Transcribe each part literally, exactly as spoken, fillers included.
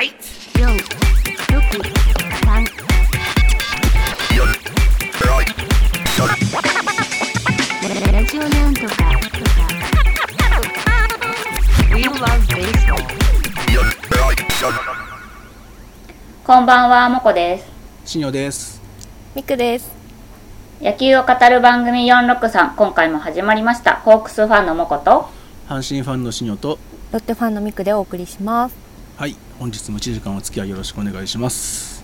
よん、ろく、さんラジオなんとかとか We love baseball。 こんばんは、もこです。 しんよです。 みくです。 野球を語る番組よんろくさん、今回も始まりました。ホークスファンのもこと阪神ファンのしんよとロッテファンのみくでお送りします。 はい、本日もいちじかんお付き合いよろしくお願いします。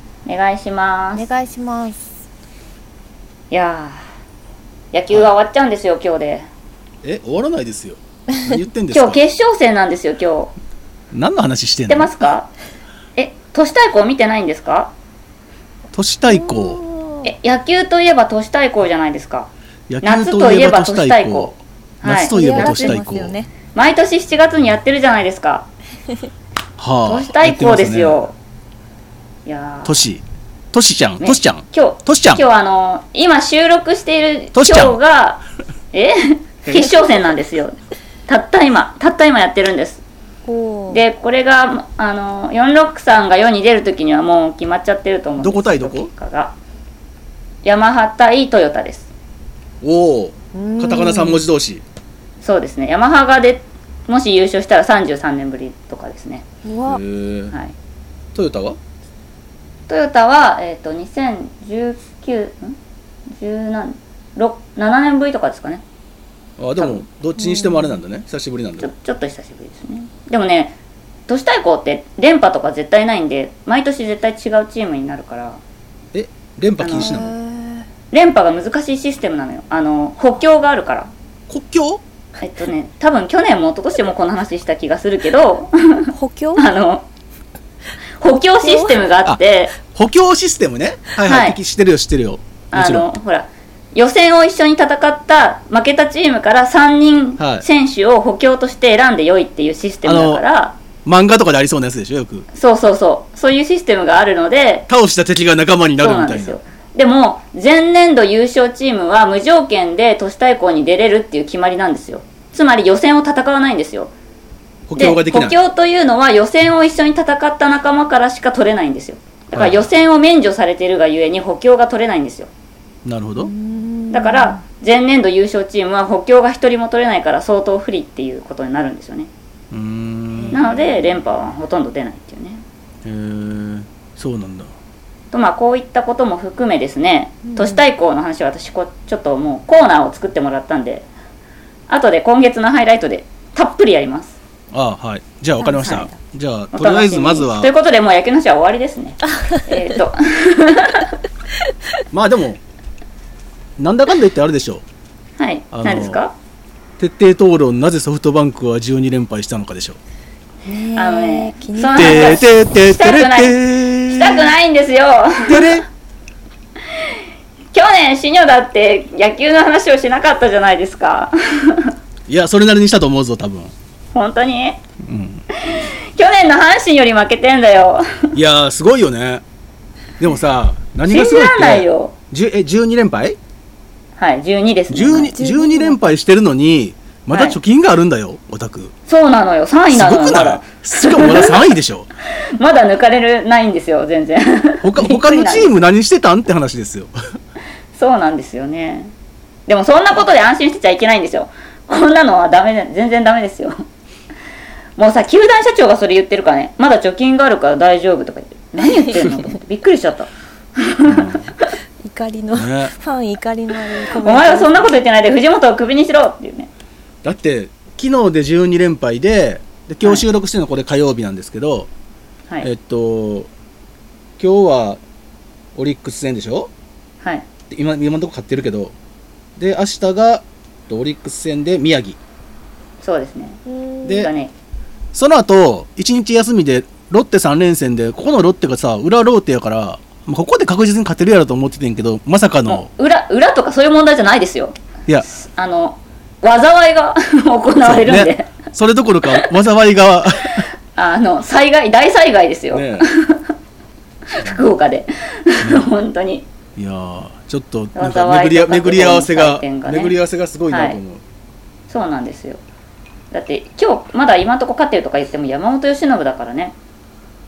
お願いします。 お願いします。 いやー、野球が終わっちゃうんですよ、今日で。 え、終わらないですよ。何言ってんですか。 今日決勝戦なんですよ、今日。 何の話してんの。 知ってますか。え、都市対抗見てないんですか。 都市対抗。 え、野球といえば都市対抗じゃないですか。 野夏球といえば都市対抗。 はい、 夏といえば都市対抗、 ね、 毎年しちがつにやってるじゃないですか。 はあ、 都市対抗ですよ。いやー、 都市都市ちゃん、 ね、 都市ちゃん、 今日都市ちゃん、 今日あの今収録している都市ちゃん今日がえ決勝戦なんですよ。たった今たった今やってるんです。でこれがあのよんろくさんが世に出る時にはもう決まっちゃってると思うんです。 どこ対どこ？ 結果がヤマハ対トヨタです。 おお、カタカナさん文字同士。 そうですね。ヤマハがでもし優勝したらさんじゅうさんねんぶりとかですね。 うわ、 はい。 トヨタはトヨタは、えー、とにせんじゅうきゅう、んじゅうななねんぶりとかですかね。 あ、でもどっちにしてもあれなんだね、久しぶりなんだ。 ちょ、ちょっと久しぶりですね。でもね、都市対抗って連覇とか絶対ないんで、毎年絶対違うチームになるから。 え、連覇禁止なの？ 連覇が難しいシステムなのよ。あの補強があるから。 国境？ えっとね、多分去年も一昨年もこの話した気がするけど補強あの補強システムがあって、 補強システムね。はいはい、はい、知ってるよ知ってるよ。もちろん。 あのほら予選を一緒に戦った負けたチームからさんにん選手を補強として選んでよいっていうシステムだから、 漫画とかでありそうなやつでしょ、よく。 そうそうそうそういうシステムがあるので、 倒した敵が仲間になるみたいな。 そうなんですよ。でも前年度優勝チームは無条件で都市対抗に出れるっていう決まりなんですよ。つまり予選を戦わないんですよ。 補強ができない。 補強というのは予選を一緒に戦った仲間からしか取れないんですよ。だから予選を免除されているがゆえに補強が取れないんですよ。 なるほど。 だから前年度優勝チームは補強が一人も取れないから相当不利っていうことになるんですよね。 うーん、 なので連覇はほとんど出ないっていうね。 へー、そうなんだ。 とまあこういったことも含めですね、都市対抗の話は私こちょっともうコーナーを作ってもらったんで、後で今月のハイライトでたっぷりやります。 ああ、はい。じゃあ分かりました。はい、じゃあとりあえずまずはということでもう野球の話は終わりですね。えっとまあでもなんだかんだ言ってあるでしょう。 はい。何ですか？ 徹底討論、なぜソフトバンクはじゅうに連敗したのかでしょう。 あのね、 その話はしたくないしたくないんですよ。去年シニョだって野球の話をしなかったじゃないですか。 いや、それなりにしたと思うぞ多分。 本当に？ うん。 去年の阪神より負けてんだよ。 いやー、すごいよね。でもさ、何がすごいって信じらんないよ。 えじゅうに連敗？ はい、じゅうにですね。 じゅうに、じゅうに連敗してるのにまだ貯金があるんだよ、オタク。 そうなのよ、さんいなのよ。 すごくない？まだしかもまださんいでしょ。 まだ抜かれるないんですよ、全然。 他, 他のチーム何してたんって話ですよ。 そうなんですよね。でもそんなことで安心してちゃいけないんですよ。こんなのはダメで、全然ダメですよ。もうさ、球団社長がそれ言ってるからね、まだ貯金があるから大丈夫とか言って、何言ってんのと思ってびっくりしちゃった。 怒りの、ね、ファン怒りのあるコメント。 お前はそんなこと言ってないで藤本をクビにしろっていうね。 だって昨日でじゅうに連敗 で, で今日収録してるのこれ火曜日なんですけど、はい、えっと今日はオリックス戦でしょ。 はい。 今今のとこ勝ってるけど、で明日がオリックス戦で宮城。 そうですね。 で、ね、その後いちにち休みでロッテさん連戦で、ここのロッテがさ裏ローテやから、ここで確実に勝てるやろと思っててんけど、まさかの裏, 裏とかそういう問題じゃないですよ。 いや、 あの災いが行われるんで、 ね、それどころか災いがあの災害大災害ですよ、ね、福岡で、ね、本当に。 いやちょっとなんか巡り, 巡り合わせが、ね、巡り合わせがすごいなと思う、はい、 そうなんですよ。だって今日まだ今のとこ勝ってるとか言っても山本由伸だからね。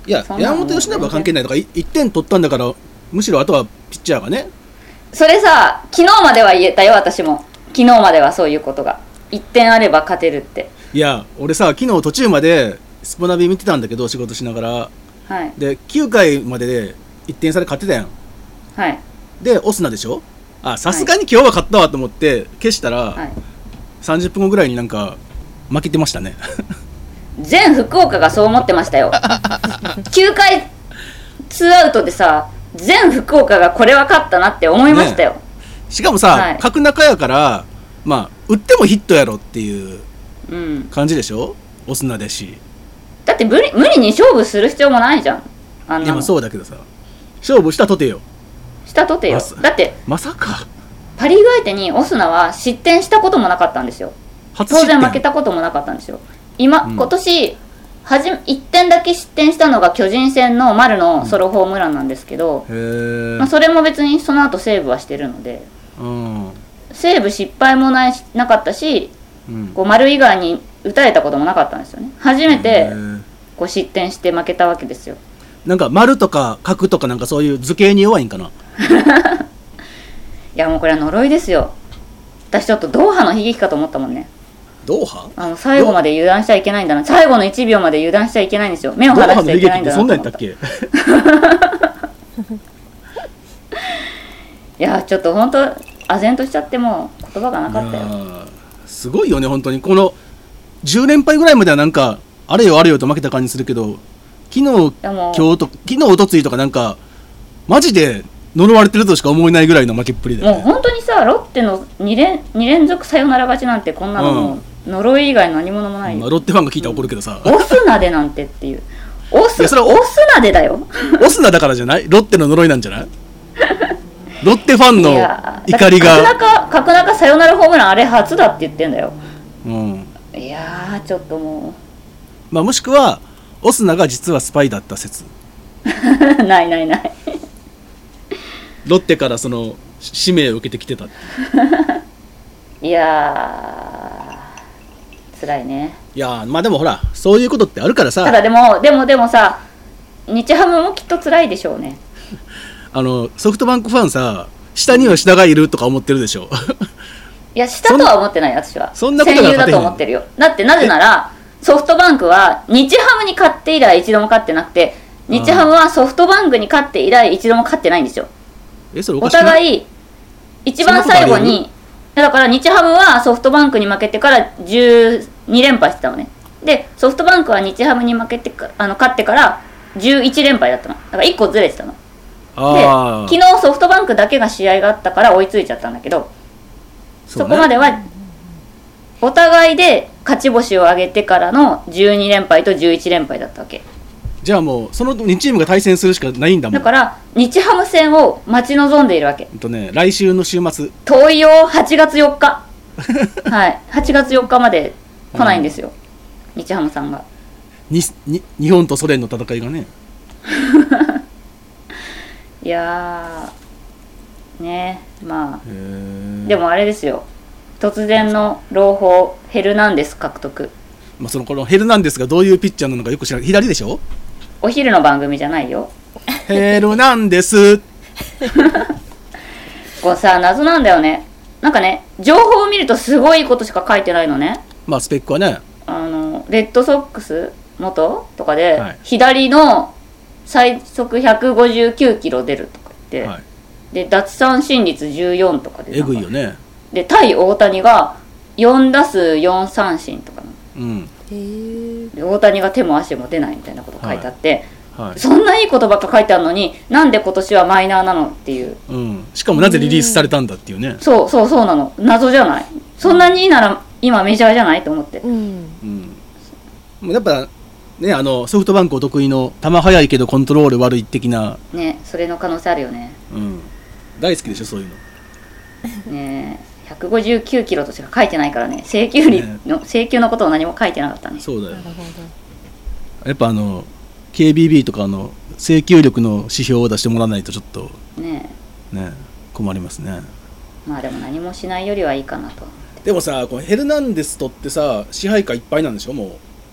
いや山本由伸は関係ないとかいいってん取ったんだから、むしろあとはピッチャーがね。 それさ昨日までは言えたよ。私も昨日まではそういうことがいってんあれば勝てるって。 いや俺さ昨日途中までスポナビ見てたんだけど仕事しながら、 はい、 できゅうかいまででいってん差で勝ってたやん。 はいでオスナでしょ。あさすがに今日は勝ったわと思って消したら、はい、さんじゅっぷんごぐらいになんか負けてましたね全福岡がそう思ってましたよきゅうかいツーアウトでさ全福岡がこれは勝ったなって思いましたよ、ね、 しかもさ、はい、角中やからまあ打ってもヒットやろっていう感じでしょ、うん、オスナでし。 だって無理、無理に勝負する必要もないじゃん。あんなの。 いやまあそうだけどさ勝負したとてよしたとてよ。だってまさかパ・リーグ相手にオスナは失点したこともなかったんですよ。当然負けたこともなかったんですよ。今、うん、今年はじいってんだけ失点したのが巨人戦の丸のソロホームランなんですけど、うんまあ、それも別にその後セーブはしてるので、うん、セーブ失敗もないなかったし、うん、こう丸以外に打たれたこともなかったんですよね。初めてこう失点して負けたわけですよ。 なんか丸とか角とかなんかそういう図形に弱いんかな。いやもうこれは呪いですよ。私ちょっとドーハの悲劇かと思ったもんね。 ドーハ？ あの最後まで油断しちゃいけないんだな。最後のいちびょうまで油断しちゃいけないんですよ。目を離しちゃいけないんだなと思った。ドーハの悲劇ってそんなんやったっけ？いやちょっと本当唖然としちゃってもう言葉がなかったよ。 すごいよね本当に。このじゅうれんぱいぐらいまではなんかあれよあれよと負けた感じするけど、昨日今日と昨日おとついとかなんかマジで呪われてるとしか思えないぐらいの負けっぷりで、ね、 もう本当にさロッテの 2, 連に連続サヨナラ勝ちなんてこんなのもう呪い以外の何物もないよ、 まあ、ロッテファンが聞いたら怒るけどさ、 うん、オスナでなんてっていうオス、それはオスナでだよオスナだからじゃない？ロッテの呪いなんじゃない？ロッテファンの怒りが角中サヨナラホームランあれ初だって言ってんだよ、うん、いやーちょっともう、 まあ、もしくはオスナが実はスパイだった説ないないないロッテからその使命を受けてきてたいやー辛いね。 いやまあでもほらそういうことってあるからさ。 ただでもでもでもさ日ハムもきっと辛いでしょうね。 あのソフトバンクファンさ下には下がいるとか思ってるでしょいや下とは思ってない。私はそんなことが戦友だと思ってるよ。だってなぜならソフトバンクは日ハムに勝って以来一度も勝ってなくて、日ハムはソフトバンクに勝って以来一度も勝ってないんですよ。 えそれおかしくない？お互い一番最後にだから日ハムはソフトバンクに負けてからじゅうにれんぱいしてたのね。でソフトバンクは日ハムに負けてかあの勝ってからじゅういちれんぱいだったの。だからいっこずれてたの。で昨日ソフトバンクだけが試合があったから追いついちゃったんだけど、 そ,、ね、そこまではお互いで勝ち星を挙げてからのじゅうにれんぱいとじゅういちれんぱいだったわけ。 じゃあもうそのにチームが対戦するしかないんだもん。 だから日ハム戦を待ち望んでいるわけ。 ほんとね、来週の週末遠いよ。はちがつよっかはいはちがつよっかまで来ないんですよ、うん、日ハムさんがにに日本とソ連の戦いがねいやーねまあでもあれですよ、突然の朗報ヘルナンデス獲得。 まあ、そのこのヘルナンデスがどういうピッチャーなのかよく知らない。左でしょ。 お昼の番組じゃないよヘルナンデスこうさ謎なんだよね。なんかね情報を見るとすごいことしか書いてないのね。 まあスペックはねあのレッドソックス元とかで、はい、左の最速ひゃくごじゅうきゅうキロ出るとか言って、はい、で奪三振率じゅうよんとかでえぐいよね。 で対大谷がよんだすうよんさんしんとかな、うん、で大谷が手も足も出ないみたいなこと書いてあって、はいはい、そんないいことばっか書いてあるのになんで今年はマイナーなのっていう、 うん、しかもなぜリリースされたんだっていうね。 そうそうそうなの。謎じゃない。そんなにいいなら今メジャーじゃないと思って、うんうん、やっぱねあのソフトバンクお得意の球速いけどコントロール悪い的なね、それの可能性あるよね、 うん、大好きでしょそういうのね。ひゃくごじゅうきゅうキロとしか書いてないからね。制球率の、ね、制球のことを何も書いてなかったね。 そうだよ。やっぱあの ケービービー とかの制球力の指標を出してもらわないとちょっとねね困りますね。 まあでも何もしないよりはいいかなと。 でもさこのヘルナンデスとってさ支配下いっぱいなんでしょもう。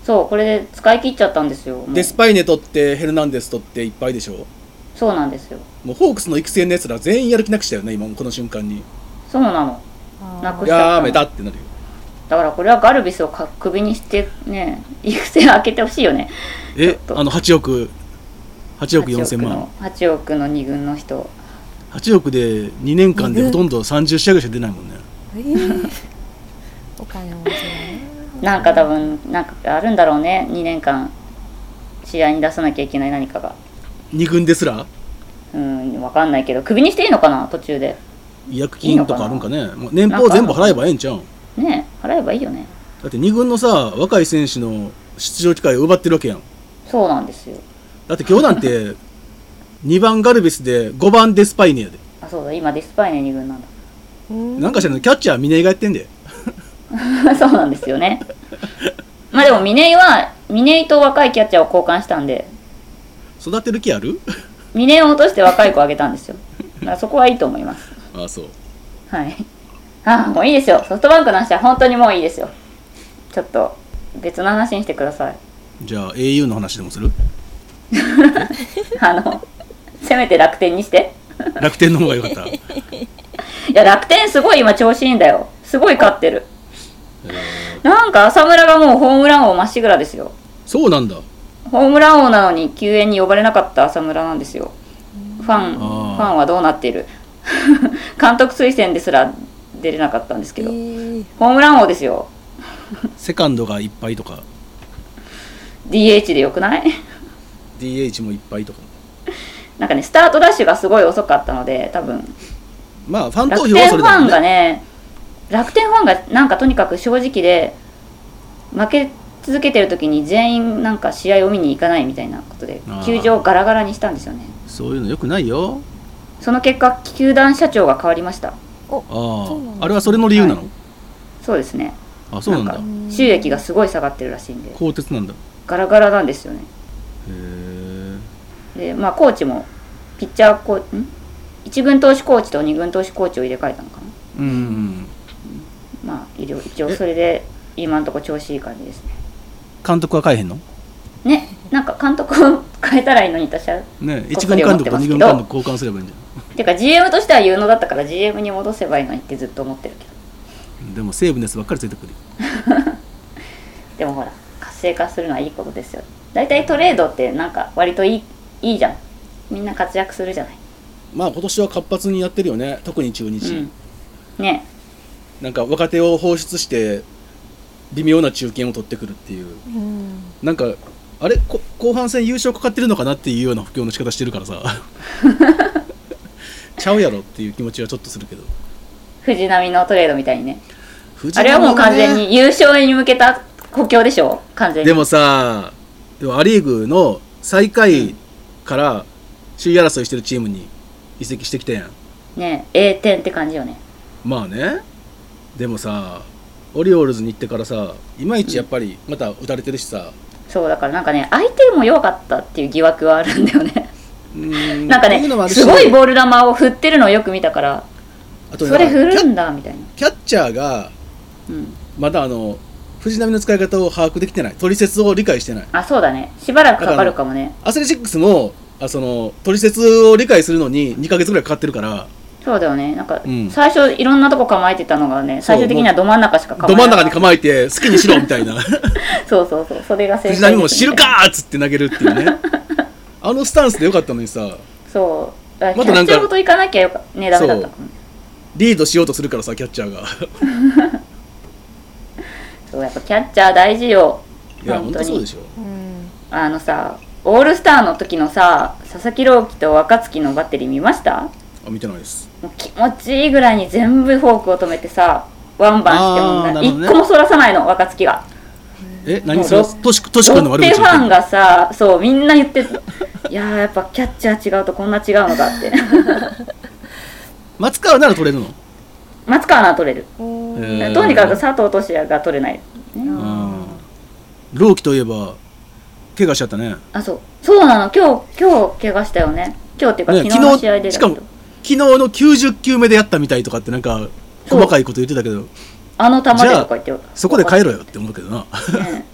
そうこれで使い切っちゃったんですよ。もうデスパイネ取ってヘルナンデス取っていっぱいでしょ。 そうなんですよ。 もうホークスの育成のやつら全員やる気なくしたよね今この瞬間に。 そうなの。 あーなくしちゃったのやめたってなるよ。 だからこれはガルビスをかクビにしてね育成開けてほしいよね。 えちょっとあのはちおくはちおくよんせんまんはちおくのに軍の人。 はちおくでにねんかんでほとんどさんじゅう試合ぐらいしか出ないもんね。 えー、お金持ちだなんか多分なんかあるんだろうね。にねんかん試合に出さなきゃいけない何かが。 に軍ですらうん分かんないけどクビにしていいのかな途中で。 違約金とかあるんかね。もう年俸全部払えばええんちゃうん。 ねえ払えばいいよね。 だってに軍のさ若い選手の出場機会を奪ってるわけやん。 そうなんですよ。 だって今日なんてにばんガルビスでごばんデスパイネやで。 あそうだ今デスパイネに軍なんだ。 うんなんかしらのキャッチャー峰井がやってんで。 そうなんですよね。まあでも峰井は峰井と若いキャッチャーを交換したんで育てる気ある？ 峰井を落として若い子をあげたんですよ。だからそこはいいと思います。 ああそう。 はい。ああもういいですよ。ソフトバンクの話は本当にもういいですよ。ちょっと別の話にしてください。 じゃあ エーユー の話でもする？ あのせめて楽天にして。 楽天の方が良かった。 いや楽天すごい今調子いいんだよ。すごい勝ってる。なんか浅村がもうホームラン王まっしぐらですよ。 そうなんだ。 ホームラン王なのに救援に呼ばれなかった浅村なんですよ。ファンファンはどうなっている。監督推薦ですら出れなかったんですけど、 えー、 ホームラン王ですよ。 セカンドがいっぱいとかディーエイチ でよくない？ ディーエイチ もいっぱいとか。 なんかねスタートダッシュがすごい遅かったので多分まあファン投楽票はそれだもん天ファンがね。 ね楽天ファンがなんかとにかく正直で負け続けてる時に全員なんか試合を見に行かないみたいなことであー球場をガラガラにしたんですよね。 そういうのよくないよ。 その結果球団社長が変わりました。 おあそうなんだああれはそれの理由なの？ はいそうですね。 あそうなんだ。 か収益がすごい下がってるらしいんで鋼鉄なんだ。へガラガラなんですよね。 え。 でまあコーチもピッチャーコーん一軍投手コーチと二軍投手コーチを入れ替えたのかな。 うんうん。 まあ一応一応それで今のところ調子いい感じですね。 監督は変えへんの？ ねなんか監督を変えたらいいのに私は。 ねこっそり一軍監督と思ってますけど二軍監督交換すればいいんじゃてか ジーエム としては有能だったから ジーエム に戻せばいいのにってずっと思ってるけど。 ん。でも西武のやつばっかりついてくる。 でもほら活性化するのはいいことですよ。だいたいトレードってなんか割といいいいじゃん。みんな活躍するじゃない。 まあ今年は活発にやってるよね。特に中日。 うんねなんか若手を放出して微妙な中堅を取ってくるっていう。 うんなんかあれこ後半戦優勝かかってるのかなっていうような補強の仕方してるからさちゃうやろっていう気持ちはちょっとするけど。 藤浪のトレードみたいにね。 藤あれはもう完浪がね全に優勝に向けた補強でしょ完全に。 でもさでもア・リーグの最下位から首位争いしてるチームに移籍してきたやん。 ね エー 点って感じよね。 まあね。でもさオリオールズに行ってからさいまいちやっぱりまた打たれてるしさ、 そうだからなんかね相手も弱かったっていう疑惑はあるんだよね。 うーんなんかそういうのもあるしねすごいボール球を振ってるのをよく見たからあとねそれ振るんだみたいな。 キャッチャーがうんまだあの藤浪の使い方を把握できてない。取説を理解してない。 あそうだねしばらくかかるかもね。 アスレチックスもあその取説を理解するのににかげつぐらいかかってるからそうだよねなんか、 うん最初いろんなとこ構えてたのがね最終的にはど真ん中しか構えど真ん中にえ構えて好きにしろみたいなそうそうそうそれが正解です、 藤浪も知るかーっつって投げるっていうねあのスタンスでよかったのにさそうだからまたなんかキャッチャーごといかなきゃよかねダメだったかもね。 リードしようとするからさキャッチャーがそうやっぱキャッチャー大事よ。 いや本当に本当そうでしょ。 うんあのさオールスターの時のさ佐々木朗希と若月のバッテリー見ました？ あ見てないです。 もう気持ちいいぐらいに全部フォークを止めてさワンバンしてもあーなるほどね一個もそらさないの若月が。 え何それもうロトシトシロ君の悪口ッテファンがさそうみんな言ってるいやーやっぱキャッチャー違うとこんな違うのかって松川なら取れるの？ 松川なら取れる。 おへーーとにかく佐藤俊也が取れない、ね、 うん朗希といえば怪我しちゃったね。 あそうそうなの今日今日怪我したよね。今日っていうか、 ね昨日の試合でだけどしかも昨日のきゅうじゅっきゅうめでやったみたいとかってなんかそう細かいこと言ってたけどあの球でとか言ってよそこで帰ろよって思うけどなね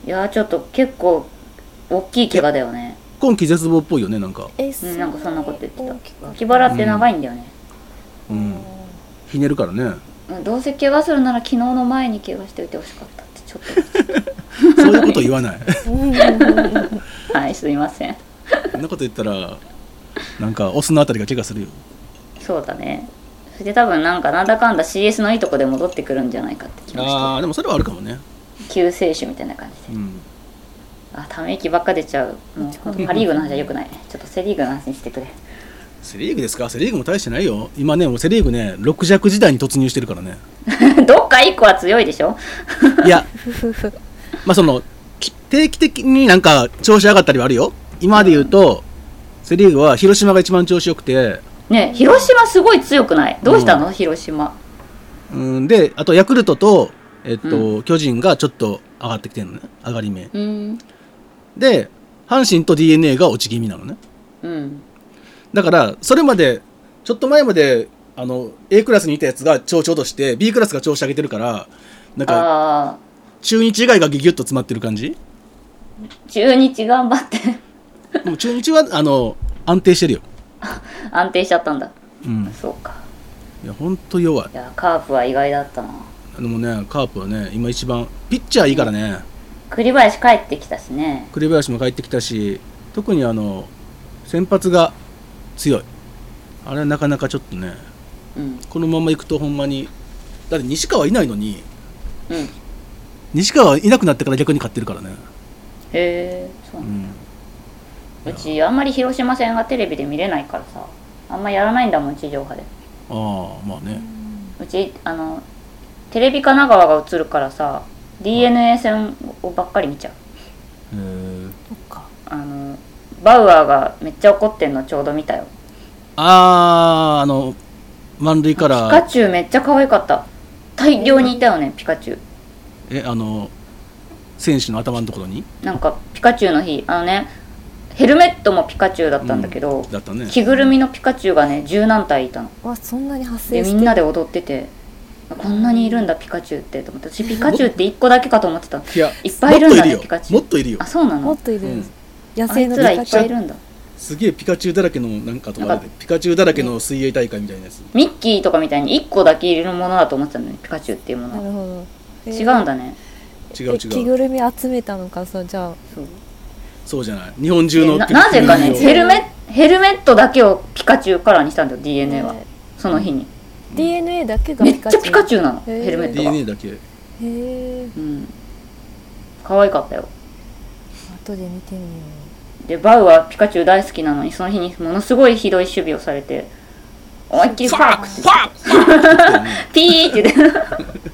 いやーちょっと結構大きい怪我だよね。 今季絶望っぽいよねなんか。 え、 うん、なんかそんなこと言ってた。 大きかった脇腹って長いんだよね、 うんひねるからね。 うん、どうせ怪我するなら昨日の前に怪我しておいてほしかったってちょっとそういうこと言わないはいすいません。 そんなこと言ったらなんかオスのあたりが怪我するよ。 そうだね。それで多分なんかなんだかんだ シーエス のいいとこで戻ってくるんじゃないかって気がして。 ああでもそれはあるかもね。 救世主みたいな感じで、 うんあため息ばっか出ちゃう。もうほんとパ・リーグの話はよくない。ちょっとセ・リーグの話にしてくれ。 セリーグですか。セリーグも大してないよ今ね。もうセリーグねろく弱時代に突入してるからねどっか一個は強いでしょいやまあその定期的になんか調子上がったりはあるよ。今で言うと、うん、セリーグは広島が一番調子よくてね。広島すごい強くない？どうしたの、うん、広島。 うんであとヤクルトと、えっとうん、巨人がちょっと上がってきてるのね。上がり目、うん、で阪神と ディーエヌエー が落ち気味なのね、うん、だからそれまでちょっと前まであの A クラスにいたやつが調子落として B クラスが調子上げてるからなんか中日以外がギュギュッと詰まってる感じ。 中日頑張ってもう中日はあの安定してるよ安定しちゃったんだ、 うん、 そうか。 いやほんと弱い。 いやカープは意外だったな。 でもねカープはね今一番ピッチャーいいからね、 栗林帰ってきたしね。 栗林も帰ってきたし特にあの先発が強い。あれはなかなかちょっとね、うん、このままいくとほんまにだって西川いないのに、うん、西川いなくなってから逆に勝ってるからね。 へえそうなんだ、うん、うちあんまり広島戦がテレビで見れないからさあんまやらないんだもん地上波で。 ああまあね。 うちあのテレビ神奈川が映るからさ ディーエヌエー 戦をばっかり見ちゃう。へえ。 そっか。あのバウアーがめっちゃ怒ってんのちょうど見たよ。 あーあの満塁からピカチュウめっちゃ可愛かった。大量にいたよねピカチュウ。 えあの選手の頭のところになんかピカチュウの日あのねヘルメットもピカチュウだったんだけど、 うんだったね、 着ぐるみのピカチュウがね十何体いたの。 わそんなに発生してでみんなで踊っててこんなにいるんだピカチュウってと思って私ピカチュウっていっこだけかと思ってた。いやいっぱいいるんだねピカチュウ。 もっといるよ。 あそうなの。 もっといる、うん、野生のピカチュウあいつらいっぱいいるんだ。 すげえピカチュウだらけのなんかとかでピカチュウだらけの水泳大会みたいなやつ。 ミッキーとかみたいにいっこだけいるものだと思ってたのねピカチュウっていうものは。 なるほど、 えー、違うんだね。 違う違う。 着ぐるみ集めたのかそうじゃあそうそうじゃない日本中のな, なぜかねヘルメヘルメットだけをピカチュウカラーにしたんだよ ディーエヌエー は、えー、その日にディーエヌエー だけがピカチュウめっちゃピカチュウなのヘルメットがディーエヌエー だけへえ、 うん、可愛かったよ。 後で見てみよう。でバウはピカチュウ大好きなのにその日にものすごいひどい守備をされて思いっきりファークってピーって言って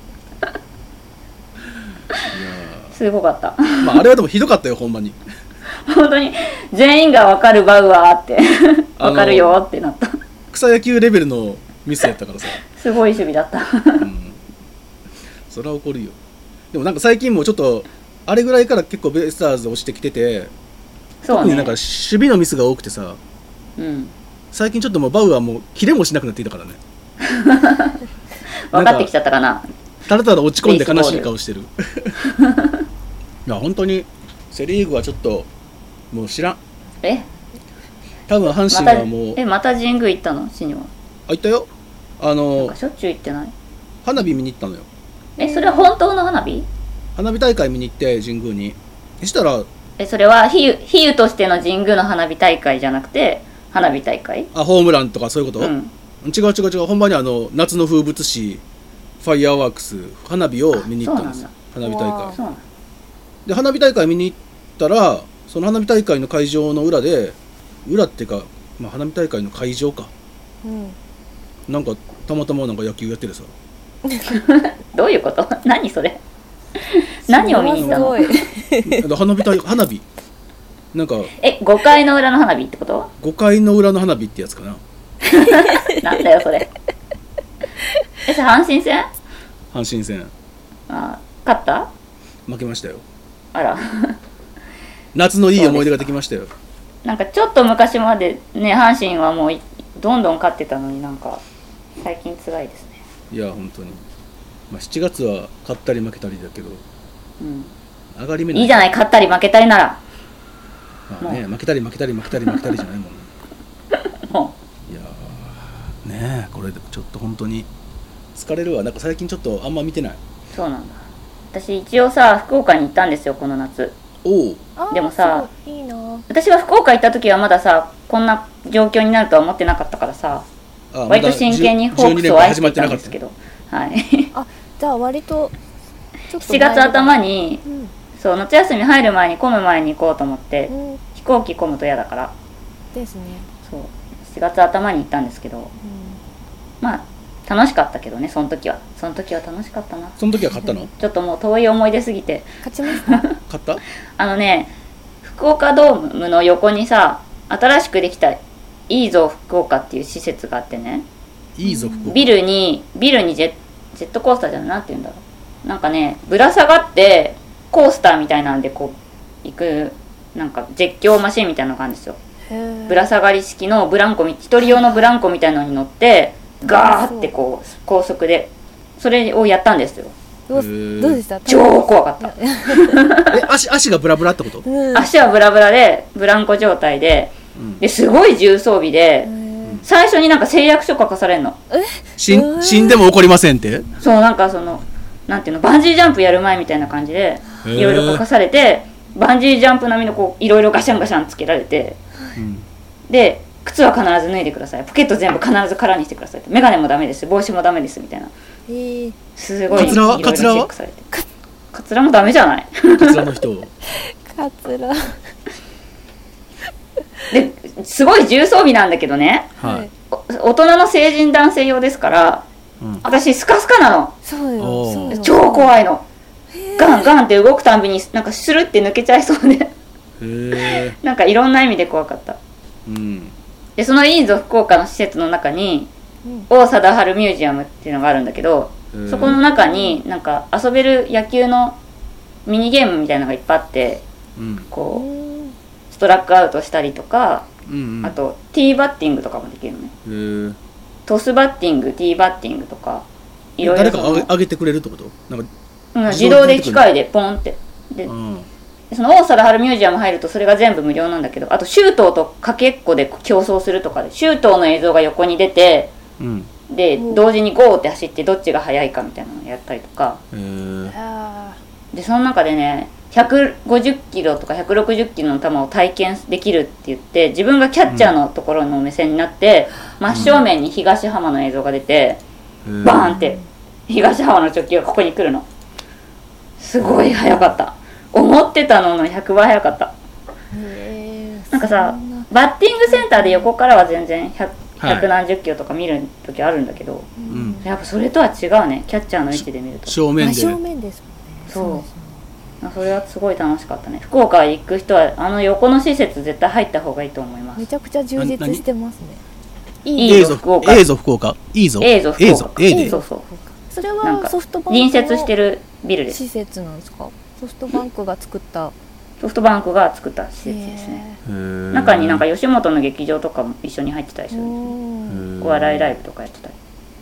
すごかった。 まああれはでもひどかったよほんまに本当に全員が分かるバウアーって分かるよってなった。 草野球レベルのミスやったからさすごい守備だった、 うん、それは怒るよ。でもなんか最近もちょっとあれぐらいから結構ベイスターズ落ちてきてて、そうね、特になんか守備のミスが多くてさ、うん、最近ちょっともうバウアーもキレもしなくなっていたからね分かってきちゃったかな。 ただただ落ち込んで悲しい顔してるいや本当にセリーグはちょっともう知らん。 え多分阪神はもう、 ま、えまた神宮行ったのシニは。 あ行ったよ。あのなんかしょっちゅう行ってない。 花火見に行ったのよ。 えそれは本当の花火？ 花火大会見に行って神宮にしたらえそれは比喩比喩としての神宮の花火大会じゃなくて花火大会？ あホームランとかそういうこと？うん、違う違う違うほんまにあの夏の風物詩ファイヤーワークス花火を見に行ったんですよ。花火大会そうなんで花火大会見に行ったらその花火大会の会場の裏で裏っていうか、まあ、花火大会の会場か、うん、なんかたまたまなんか野球やってるさどういうこと？何それ何を見に行ったの？ 花火大花火なんかえごかいの裏の花火ってこと？ ごかいの裏の花火ってやつかななんだよそれえそれ阪神戦？ 阪神戦あ勝った？ 負けましたよ。 あら夏のいい思い出ができましたよ。 なんかちょっと昔までね阪神はもうどんどん勝ってたのになんか最近辛いですね。 いや本当に、まあ、しちがつは勝ったり負けたりだけど、 うん、 上がり目ないいいじゃない、勝ったり負けたりなら。 まあね、負けたり負けたり負けたり負けたりじゃないもんねもいやーねえこれちょっと本当に疲れるわ。なんか最近ちょっとあんま見てない。 うそうなんだ。私一応さ福岡に行ったんですよこの夏。 おお。 あーでもさすごいいいな。 私は福岡行った時はまださこんな状況になるとは思ってなかったからさ、 あ割と真剣にホークスを愛していたんですけど、はいあ、じゃあ割とちょっとしちがつ頭に、 うんそう夏休み入る前に混む前に行こうと思って、 うん、 飛行機混むと嫌だからですね。 そうしちがつ頭に行ったんですけど、 うん、 まあ楽しかったけどね、その時はその時は楽しかったな。 その時は買ったの？ ちょっともう遠い思い出すぎて勝ちました。 買った？ あのね福岡ドームの横にさ新しくできたいいぞ福岡っていう施設があってね、 いいぞ福岡。 ビルにビルにジェジェットコースターじゃないなんて言うんだろう、なんかねぶら下がってコースターみたいなんでこう行くなんか絶叫マシンみたいなのがあるんですよ。ぶら下がり式のブランコ一人用のブランコみたいなのに乗ってガーってこう高速でそれをやったんですよ。 どうどうでした？ 超怖かった。 え足足がブラブラってこと？ うん、 足はブラブラでブランコ状態で、うん、ですごい重装備で、最初になんか誓約書書かされんの。 え死ん死んでも起こりませんって？ そうなんかそのなんていうのバンジージャンプやる前みたいな感じでいろいろ書かされて、バンジージャンプ並みのこういろいろガシャンガシャンつけられて、うん、で靴は必ず脱いでください、ポケット全部必ず空にしてください、メガネもダメです、帽子もダメですみたいな、えー、すごいカツラは？ いろいろチェックされて、カツラもダメじゃない？ カツラの人カツラですごい重装備なんだけどね、はい、大人の成人男性用ですから、うん、私スカスカなの。 そうよ、そうよ、 超怖いの。ガンガンって動くたんびになんかスルって抜けちゃいそうでへなんかいろんな意味で怖かった、うん、でそのいいぞ福岡の施設の中に、うん、王貞治ミュージアムっていうのがあるんだけど、そこの中になんか遊べる野球のミニゲームみたいなのがいっぱいあって、うん、こうストラックアウトしたりとか、うんうん、あとティーバッティングとかもできるのね。トスバッティング、ティーバッティングとかいろいろ。 誰か上げてくれるってこと？なんかうん、自動で機械でポンってで、うん、その王貞治ミュージアム入るとそれが全部無料なんだけど、あと周東とかけっこで競争するとかで周東の映像が横に出て、うん、で同時にゴーって走ってどっちが速いかみたいなのをやったりとか、でその中でねひゃくごじゅっキロとかひゃくろくじゅっキロの球を体験できるって言って、自分がキャッチャーのところの目線になって、うん、真正面に東浜の映像が出て、うん、バーンって東浜の直球がここに来るの。すごい速かった。思ってたののひゃくばい速かった。へなんかさバッティングセンターで横からは全然 ひゃく, ひゃく何十キロとか見る時あるんだけど、はい、やっぱそれとは違うね、キャッチャーの位置で見ると正面で正面ですもんね。 そう、それはすごい楽しかったね。福岡行く人はあの横の施設絶対入った方がいいと思います。 めちゃくちゃ充実してますね。 いいぞ福岡、 いいぞ福岡、いいぞいいぞ福岡、 いいぞ。 そうそう。 それはソフトバンク隣接してるビルです。 施設なんですか？ソフトバンクが作ったソフトバンクが作った施設ですね。中になんか吉本の劇場とかも一緒に入ってたりするんですよ。お笑いライブとかやってたり。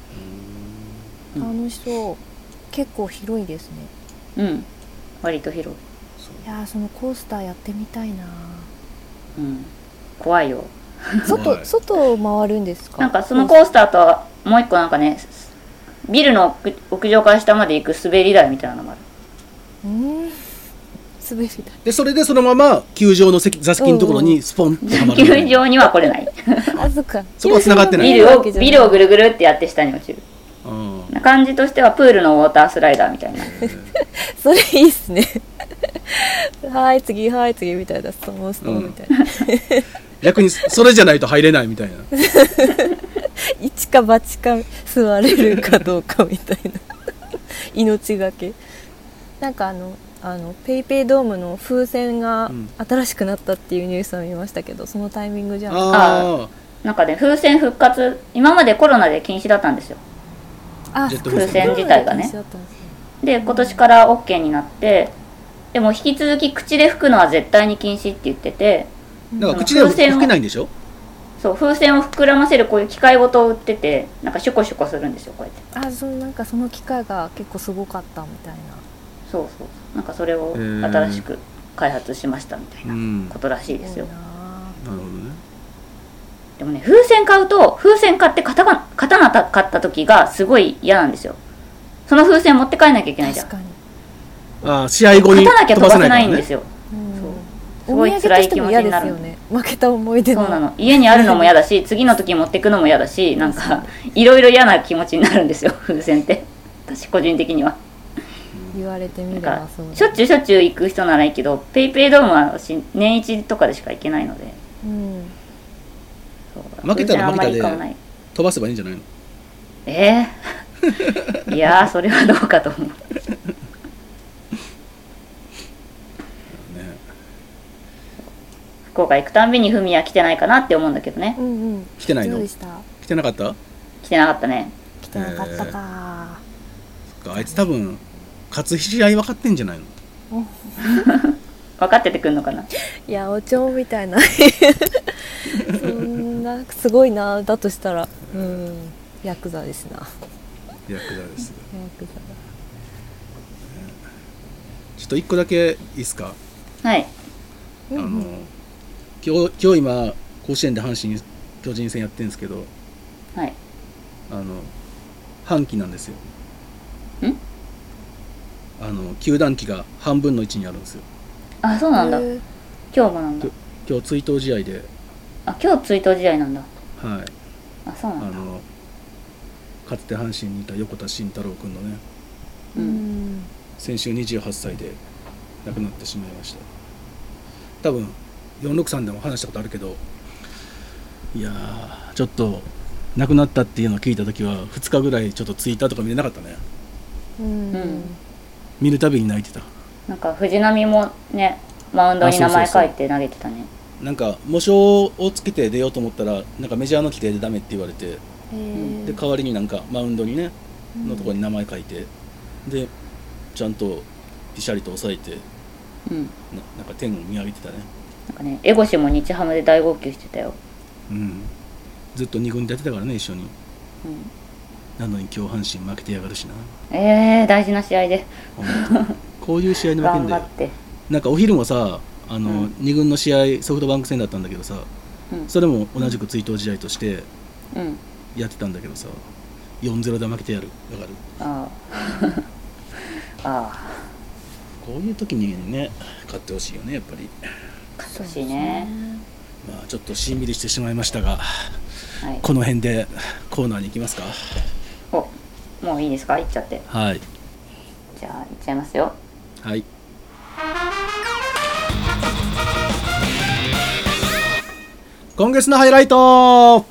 楽しそう。結構広いですね。 うん、割と広い。 いやそのコースターやってみたいな。 うん、怖いよ。 外外を回るんですか？ なんかそのコースターとはもう一個なんかね、ビルの屋上から下まで行く滑り台みたいなのもある。 うん、滑り台でそれでそのまま球場の席座席のところにスポンってはまる。 球場には来れない。 あそか。 そこは繋がってない。 ビルをビルをぐるぐるってやって下に落ちる。うん、な感じとしてはプールのウォータースライダーみたいな。 それいいっすね。はい次はい次みたいなストーンストーンみたいな。うん、 逆にそれじゃないと入れないみたいな。 一か八か座れるかどうかみたいな。命がけ。なんかあのあのペイペイドームの風船が新しくなったっていうニュースを見ましたけど、そのタイミングじゃん。 あなんかね風船復活、今までコロナで禁止だったんですよ。あ風船自体がね。で今年から OK になって、でも引き続き口で吹くのは絶対に禁止って言ってて、 だから口で吹けないんでしょ？ そう風船を膨らませるこういう機械ごと売ってて、なんかシュコシュコするんですよこうやって。 あそのなんかその機械が結構すごかったみたいな。 そうそうなんかそれを新しく開発しましたみたいなことらしいですよ、 なるほどね。 でもね風船買うと風船買って勝たが勝たなかった時がすごい嫌なんですよ。その風船持って帰んなきゃいけないじゃん。 確かにああ試合後に勝たなきゃ飛ばせからねないんですよ。すごい辛い気持ちになる。 お土産としても嫌ですよね。負けた思い出の。 そうなの。家にあるのも嫌だし次の時持ってくのも嫌だしなんかいろいろ嫌な気持ちになるんですよ風船って私個人的には。 言われてみれだかばそうだ。 らしょっちゅうしょっちゅう行く人ならいいけどペイペイドームは私年一とかでしか行けないので、 うん。 そう負けたら負けたで風船あんまり買わない飛ばせばいいんじゃないの？ えー、いやーそれはどうかと思う。 ね福岡行くたんびにフミヤ来てないかなって思うんだけどね。 うんうん。 来てないのどうでした？ 来てなかった？ 来てなかったね。 来てなかったか。 そっかあいつ多分勝つ試合分かってんじゃないの？ 分かっててくんのかな。 いやお蝶みたいな。そんなすごいなだとしたら、うん、ヤクザですな。 ヤクザです。 ヤクザだ。 ちょっと一個だけいいですか？ はいあの今日今日今甲子園で阪神巨人戦やってるんですけど、 はいあの半期なんですよ。 ん？ あの球団期が半分のいちにあるんですよ。 あそうなんだ。 へー今日もなんだ。 今日追悼試合で、 あ今日追悼試合なんだ。 はい、 あそうあなんだ。 のかつて阪神にいた横田慎太郎君のね、 ううんん。 先週にじゅうはっさいで亡くなってしまいました。多分よんろくさんでも話したことあるけど、いやーちょっと亡くなったっていうのを聞いた時はふつかぐらいちょっとツイッターとか見れなかったね。 うん。 うん見るたびに泣いてた。 なんか藤浪もねマウンドに名前書いて投げてたね。 なんか喪章をつけて出ようと思ったらなんかメジャーの規定でダメって言われて、 へーで代わりになんかマウンドにねのところに名前書いて、でちゃんとピシャリと押さえてうんななんか天を見上げてたね。 なんかねエゴシも日ハムで大号泣してたよ。 うんずっとに軍でやってたからね一緒に。 うんなのに今日阪神負けてやがるしな。 えー、大事な試合で本当こういう試合に負けんだよ。 頑張って。 なんかお昼もさあの、 うんに軍の試合ソフトバンク戦だったんだけどさ、 うんそれも同じく追悼試合としてうんやってたんだけどさ よんたいゼロ で負けてやるわかる。 ああああこういう時にね勝ってほしいよねやっぱり。 勝ってほしいね。 まあちょっとしんみりしてしまいましたが、 はいこの辺でコーナーに行きますか。 おもういいですか行っちゃって。 はいじゃあ行っちゃいますよ。 はい。今月のハイライト。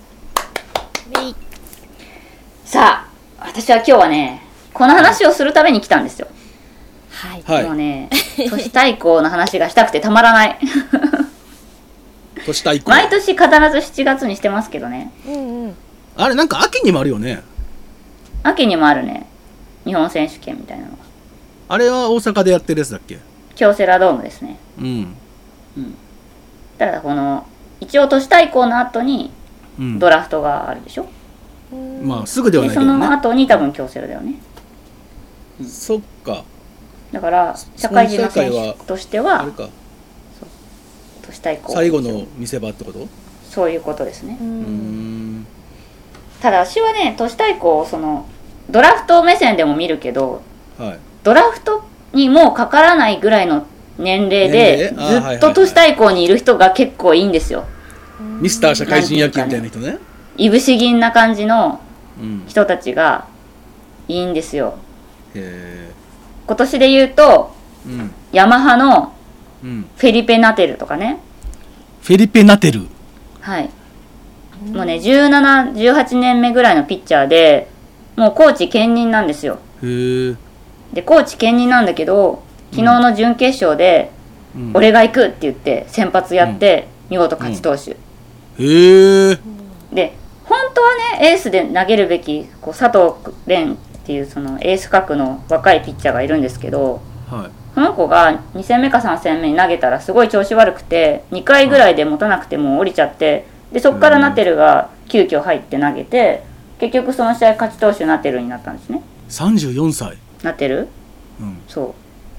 さあ私は今日はねこの話をするために来たんですよ。 はい。 はいもうね都市対抗の話がしたくてたまらない年対抗。 毎年必ずしちがつにしてますけどね。 うんうん。 あれなんか秋にもあるよね。 秋にもあるね日本選手権みたいなのが。 あれは大阪でやってるやつだっけ？ 京セラドームですね。 うん。 ただこの一応都市対抗の後にうん。 ドラフトがあるでしょ、 まあすぐではでそないけどね。 の後に多分京セラだよね。 そっか。 だから社会人の選その大会は手としてあはれか。 都市対抗最後の見せ場ってこと？ そういうことですね。 う。 うんん。 ただ私はね都市対抗をそのドラフト目線でも見るけどはい。 ドラフトにもうかからないぐらいの年齢で年齢あーずっと都市対抗にいる人が結構いいんですよ。 ミスター社会人野球みたいな人ね。 いぶし銀な感じのうん。 人たちがいいんですよ。 へ今年で言うとえ。うん。 ヤマハのうん。 フェリペ・ナテルとかね。 フェリペ・ナテル。 はいもうねじゅうなな、じゅうはちねんめぐらいのピッチャーでもうコーチ兼任なんですよ。 へえ。 でコーチ兼任なんだけど昨日の準決勝で、 うん俺が行くって言って先発やって見事勝ち投手、 へえ。 で本当はねエースで投げるべきこう佐藤蓮っていうそのエース格の若いピッチャーがいるんですけどはい。 その子がに戦目かさん戦目に投げたらすごい調子悪くてにかいぐらいで持たなくてもう降りちゃってでそこからナテルが急遽入って投げて結局その試合勝ち投手ナテルになったんですね。 さんじゅうよんさい。 ナテルうん。 そう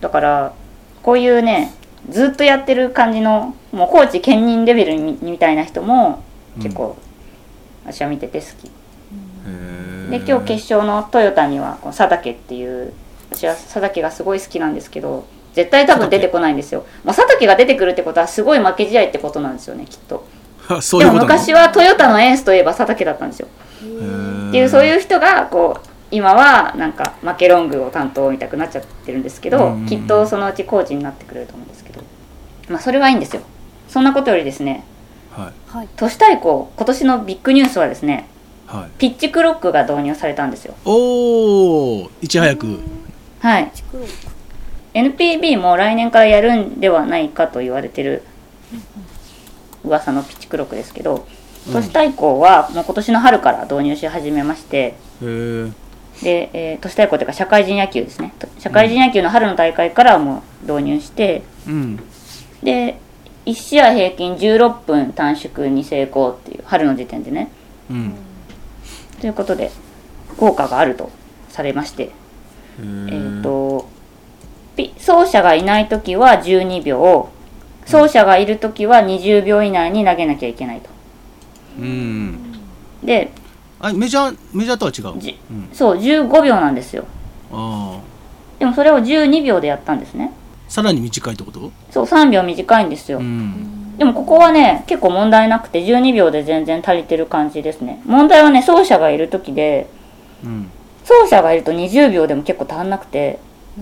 だからこういうねずっとやってる感じのもうコーチ兼任レベル み, みたいな人も結構、うん、私は見てて好き。で今日決勝のトヨタにはこの佐竹っていう私は佐竹がすごい好きなんですけど絶対多分出てこないんですよ。もう佐竹が出てくるってことはすごい負け試合ってことなんですよねきっと。 そういうこと。 でも昔はトヨタのエースといえば佐竹だったんですよ。っていうそういう人がこう今はなんか負けロングを担当みたくなっちゃってるんですけどきっとそのうちコーチになってくれると思うんですけどまあそれはいいんですよ。そんなことよりですね、はい、都市対抗今年のビッグニュースはですね、はい、ピッチクロックが導入されたんですよ。 おーいち早く。 はい エヌピービー も来年からやるんではないかと言われてる噂のピッチクロックですけど都市対抗はもう今年の春から導入し始めまして、うん、で、えー、都市対抗というか社会人野球ですね社会人野球の春の大会からもう導入して、うん、でいち試合平均じゅうろっぷん短縮に成功っていう春の時点でね、うん、ということで効果があるとされまして、えーと走者がいないときはじゅうにびょう走者がいるときはにじゅうびょう以内に投げなきゃいけないと。うんであメジャーメジャーとは違う、 うん、そうじゅうごびょうなんですよ。あでもそれをじゅうにびょうでやったんですね。 さらに短いってこと？ そうさんびょう短いんですよ、うん、でもここはね結構問題なくてじゅうにびょうで全然足りてる感じですね。問題はね走者がいるときで、うん、走者がいるとにじゅうびょうでも結構足んなくて、うん、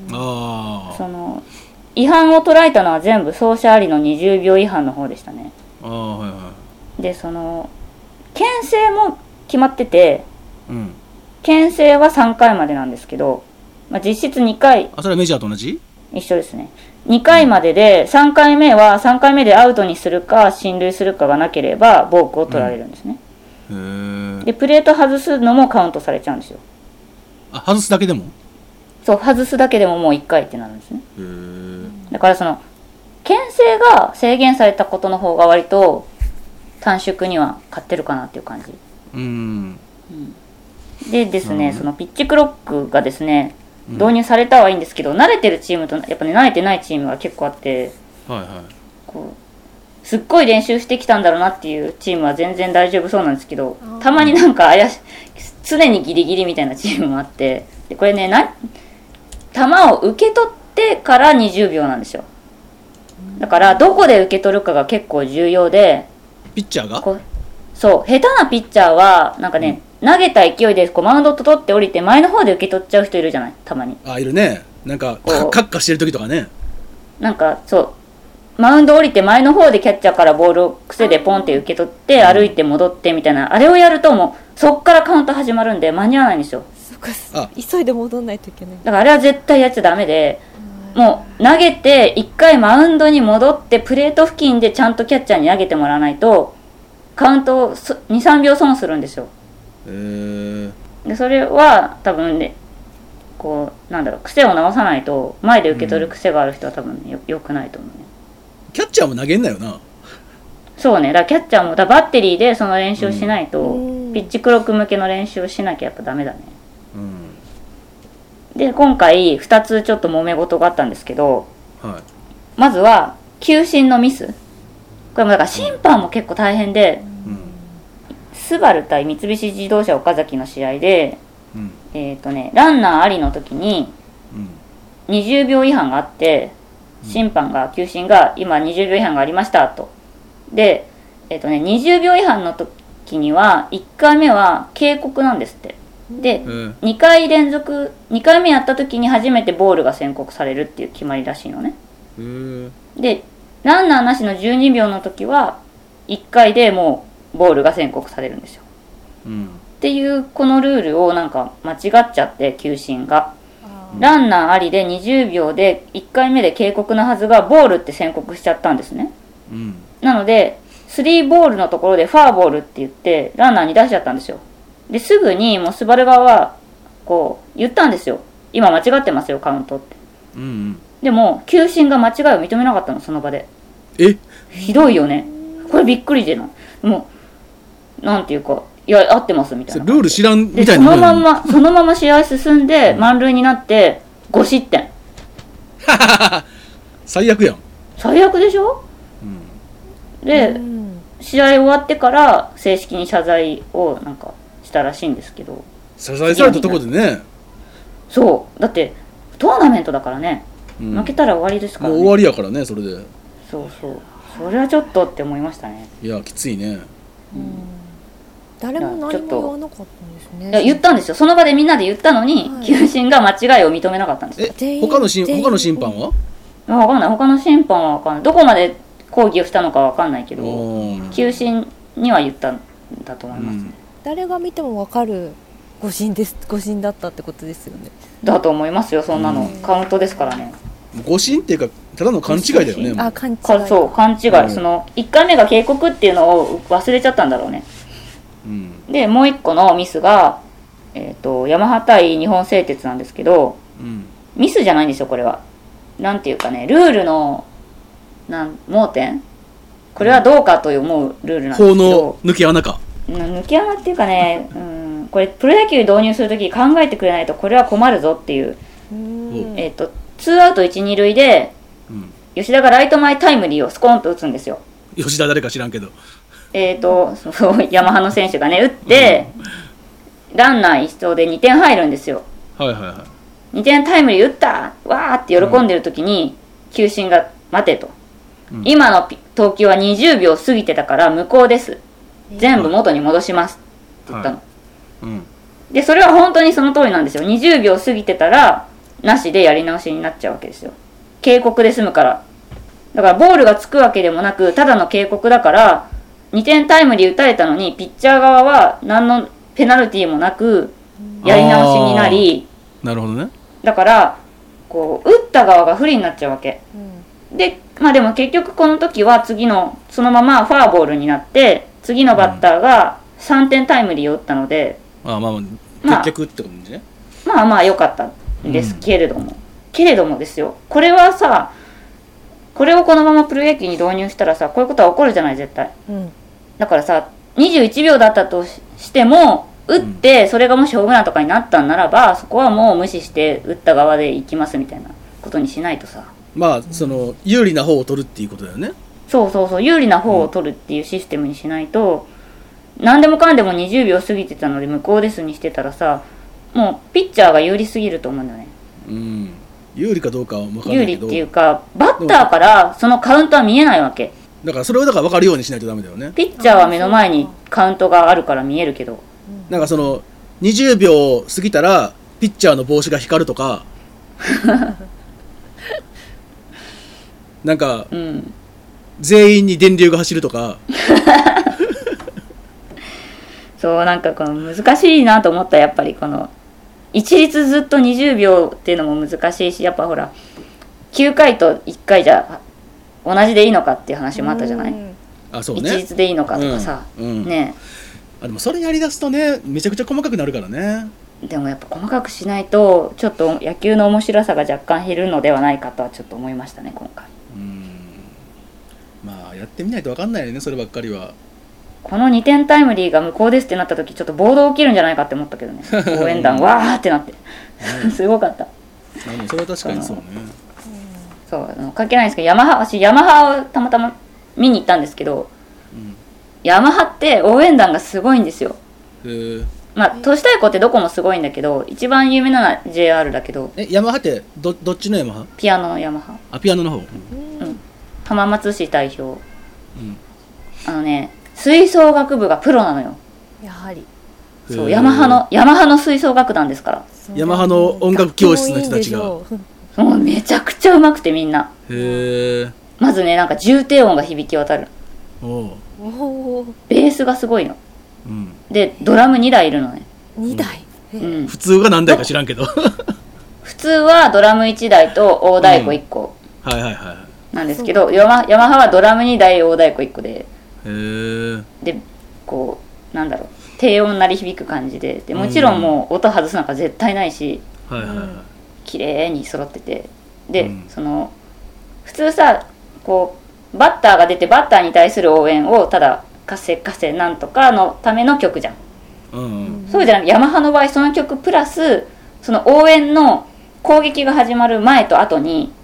あその違反を捉えたのは全部走者ありのにじゅうびょう違反の方でしたね。あ、はいはい、でその牽制も決まってて、うん、牽制はさんかいまでなんですけど、まあ、実質にかい。あそれはメジャーと同じ？ 一緒ですね。にかいまででさんかいめはさんかいめでアウトにするか進塁するかがなければボークを取られるんですね、うん、へでプレート外すのもカウントされちゃうんですよ。 あ外すだけでも？ そう外すだけでももういっかいってなるんですね。へだからその牽制が制限されたことの方が割と短縮には勝ってるかなっていう感じ。うん、うん、でですね、うん、そのピッチクロックがですね導入されたはいいんですけど、うん、慣れてるチームとやっぱね慣れてないチームが結構あって、はいはい、こうすっごい練習してきたんだろうなっていうチームは全然大丈夫そうなんですけど、たまになんか怪し常にギリギリみたいなチームもあって、でこれねな球を受け取ってからにじゅうびょうなんですよ。だからどこで受け取るかが結構重要で、 ピッチャーがそう下手なピッチャーはなんかね、うん、投げた勢いでこうマウンドと取って降りて前の方で受け取っちゃう人いるじゃないたまに。 あいるね。なんかカッカしてる時とかね。 なんかそうマウンド降りて前の方でキャッチャーからボールを癖でポンって受け取って歩いて戻ってみたいな、あれをやるともうそっからカウント始まるんで間に合わないんですよ。 そっかあ急いで戻んないといけない。 だからあれは絶対やっちゃダメで、もう投げていっかいマウンドに戻ってプレート付近でちゃんとキャッチャーに投げてもらわないとカウントを にさんびょう損するんですよ。へーでそれは多分ねこうなんだろう癖を直さないと前で受け取る癖がある人は多分、ね、よ, よくないと思うね。 キャッチャーも投げんなよな。そうね、だからキャッチャーもだバッテリーでその練習をしないと、うん、ピッチクロック向けの練習をしなきゃやっぱダメだね、うん、で今回ふたつちょっと揉め事があったんですけど、はい、まずは球審のミス。これもだから審判も結構大変で、うん、スバル対三菱自動車岡崎の試合で、うん、えっとねランナーありの時ににじゅうびょう違反があって、審判が球審が今にじゅうびょう違反がありましたと。で、えっとね、にじゅうびょう違反の時にはいっかいめは警告なんですって。で、うん、にかい連続にかいめやった時に初めてボールが宣告されるっていう決まりらしいのね、うん、でランナーなしのじゅうにびょうの時はいっかいでもうボールが宣告されるんですよ、うん、っていうこのルールをなんか間違っちゃって球審がランナーありでにじゅうびょうでいっかいめで警告のはずがボールって宣告しちゃったんですね、うん、なのでスリーボールのところでファーボールって言ってランナーに出しちゃったんですよ。ですぐにもうスバル側はこう言ったんですよ。今間違ってますよカウントって、うんうん、でも球審が間違いを認めなかったのその場で。 えひどいよねこれ。びっくりでなもうなんていうかいや合ってますみたいなルール知らんみたいな。 そのままそのまま試合進んで満塁になってご失点最悪やん。 最悪でしょ、 うん、 で、 うん、 試合終わってから正式に謝罪をなんかしたらしいんですけど、 謝罪されたとこでね、 そうだってトーナメントだからね、 うん、 負けたら終わりですからね。 もう終わりやからね、それで。 そうそう、それはちょっとって思いましたね。 いやきついね、 うん、誰も何も言わなかったんですね。 いや言ったんですよ、その場でみんなで言ったのに、はい、球審が間違いを認めなかったんですよ。 え他の審他の審判は分かんない、他の審判は分かんない、どこまで抗議をしたのか分かんないけど、球審には言ったんだと思いますね、うん、 誰が見ても分かる誤審です、誤審だったってことですよね。 だと思いますよ、そんなのカウントですからね。 誤審っていうかただの勘違いだよね。 あ、勘違い。 そう勘違い、うん、そのいっかいめが警告っていうのを忘れちゃったんだろうね、うん、でもう一個のミスが、えーと、ヤマハ対日本製鉄なんですけど、うん、ミスじゃないんですよこれは。なんていうかね、ルールのなん盲点、これはどうかと思うルールなんですけど、 法の抜け穴か、 抜け穴っていうかね、うん、これプロ野球導入するとき考えてくれないとこれは困るぞっていう、うん、えーとツーアウトいち、に塁で、うん、吉田がライト前タイムリーをスコーンと打つんですよ。 吉田誰か知らんけど、 えっとそうヤマハの選手がね打って、うん、ランナー一掃でにてん入るんですよ。 はいはいはい。 にてんタイムリー打ったわーって喜んでる時に、うん、球審が待てと、うん、今の投球はにじゅうびょう過ぎてたから無効です、全部元に戻しますって言ったの、はいうん、でそれは本当にその通りなんですよ。にじゅうびょう過ぎてたらなしでやり直しになっちゃうわけですよ。警告で済むから。だからボールがつくわけでもなくただの警告だから、にてんタイムリー打たれたのにピッチャー側は何のペナルティーもなくやり直しになり、 なるほどね。 だからこう打った側が不利になっちゃうわけ、うん、でまあでも結局この時は次のそのままフォアボールになって次のバッターがさんてんタイムリーを打ったので、 うん、ああまあまあ結局ってことですね。 まあまあ良かったですけれども、うん、けれどもですよ、これはさ、これをこのままプロ野球に導入したらさ、こういうことは起こるじゃない絶対、うん、だからさにじゅういちびょうだったとしても打ってそれがもしホームランとかになったんならば、そこはもう無視して打った側で行きますみたいなことにしないとさ、 まあその有利な方を取るっていうことだよね。 そうそうそう、有利な方を取るっていうシステムにしないと、うん、何でもかんでもにじゅうびょう過ぎてたので無効ですにしてたらさ、もうピッチャーが有利すぎると思うんだよね。 うん、有利かどうかは分からないけど、 有利っていうかバッターからそのカウントは見えないわけだから、それをだから分かるようにしないとダメだよね。 ピッチャーは目の前にカウントがあるから見えるけど、 なんかそのにじゅうびょう過ぎたらピッチャーの帽子が光るとかなんか、うん、全員に電流が走るとかそうなんかこの難しいなと思った。やっぱりこの一律ずっとにじゅうびょうっていうのも難しいし、やっぱほらきゅうかいといっかいじゃ同じでいいのかっていう話もあったじゃない。 あ、そうね、 一律でいいのかとかさ、うんうん、ねあ、でもそれやりだすとねめちゃくちゃ細かくなるからね。 でもやっぱ細かくしないとちょっと野球の面白さが若干減るのではないかとはちょっと思いましたね今回。 うん、まあやってみないと分かんないよねそればっかりは。 このにてんタイムリーが無効ですってなった時ちょっと暴動起きるんじゃないかって思ったけどね応援団わーってなってすごかった。 あのそれは確かにそうね。 そう関係ないんですけど、ヤマハ私ヤマハをたまたま見に行ったんですけど、うん、ヤマハって応援団がすごいんですよ。へー。まあ都市対抗ってどこもすごいんだけど一番有名なのは ジェイアール だけど。 えヤマハって ど, どっちのヤマハ？ ピアノのヤマハ。 あ、ピアノの方。うん、 浜松市代表、うん、あのね吹奏楽部がプロなのよやはり。 そうヤマハのヤマハの吹奏楽団ですから。 ヤマハの音楽教室の人たちがもうめちゃくちゃうまくてみんな。へえ。まずねなんか重低音が響き渡る。おお。ベースがすごいの。うん、でドラムにだいいるのね。 にだい、 うん、普通が何台か知らんけど普通はドラムいちだいと大太鼓いっこ、うん、はいはいはいなんですけど、ヤマ、ヤマハはドラムにだい大太鼓いっこで、へえ。でこうなんだろう低音鳴り響く感じで、でもちろんもう音外すなんか絶対ないし、はいはいはい、綺麗に揃ってて、で、うん、その普通さこうバッターが出てバッターに対する応援をただカセカセなんとかのための曲じゃん、うんうん、そうじゃなくてヤマハの場合その曲プラスその応援の攻撃が始まる前と後に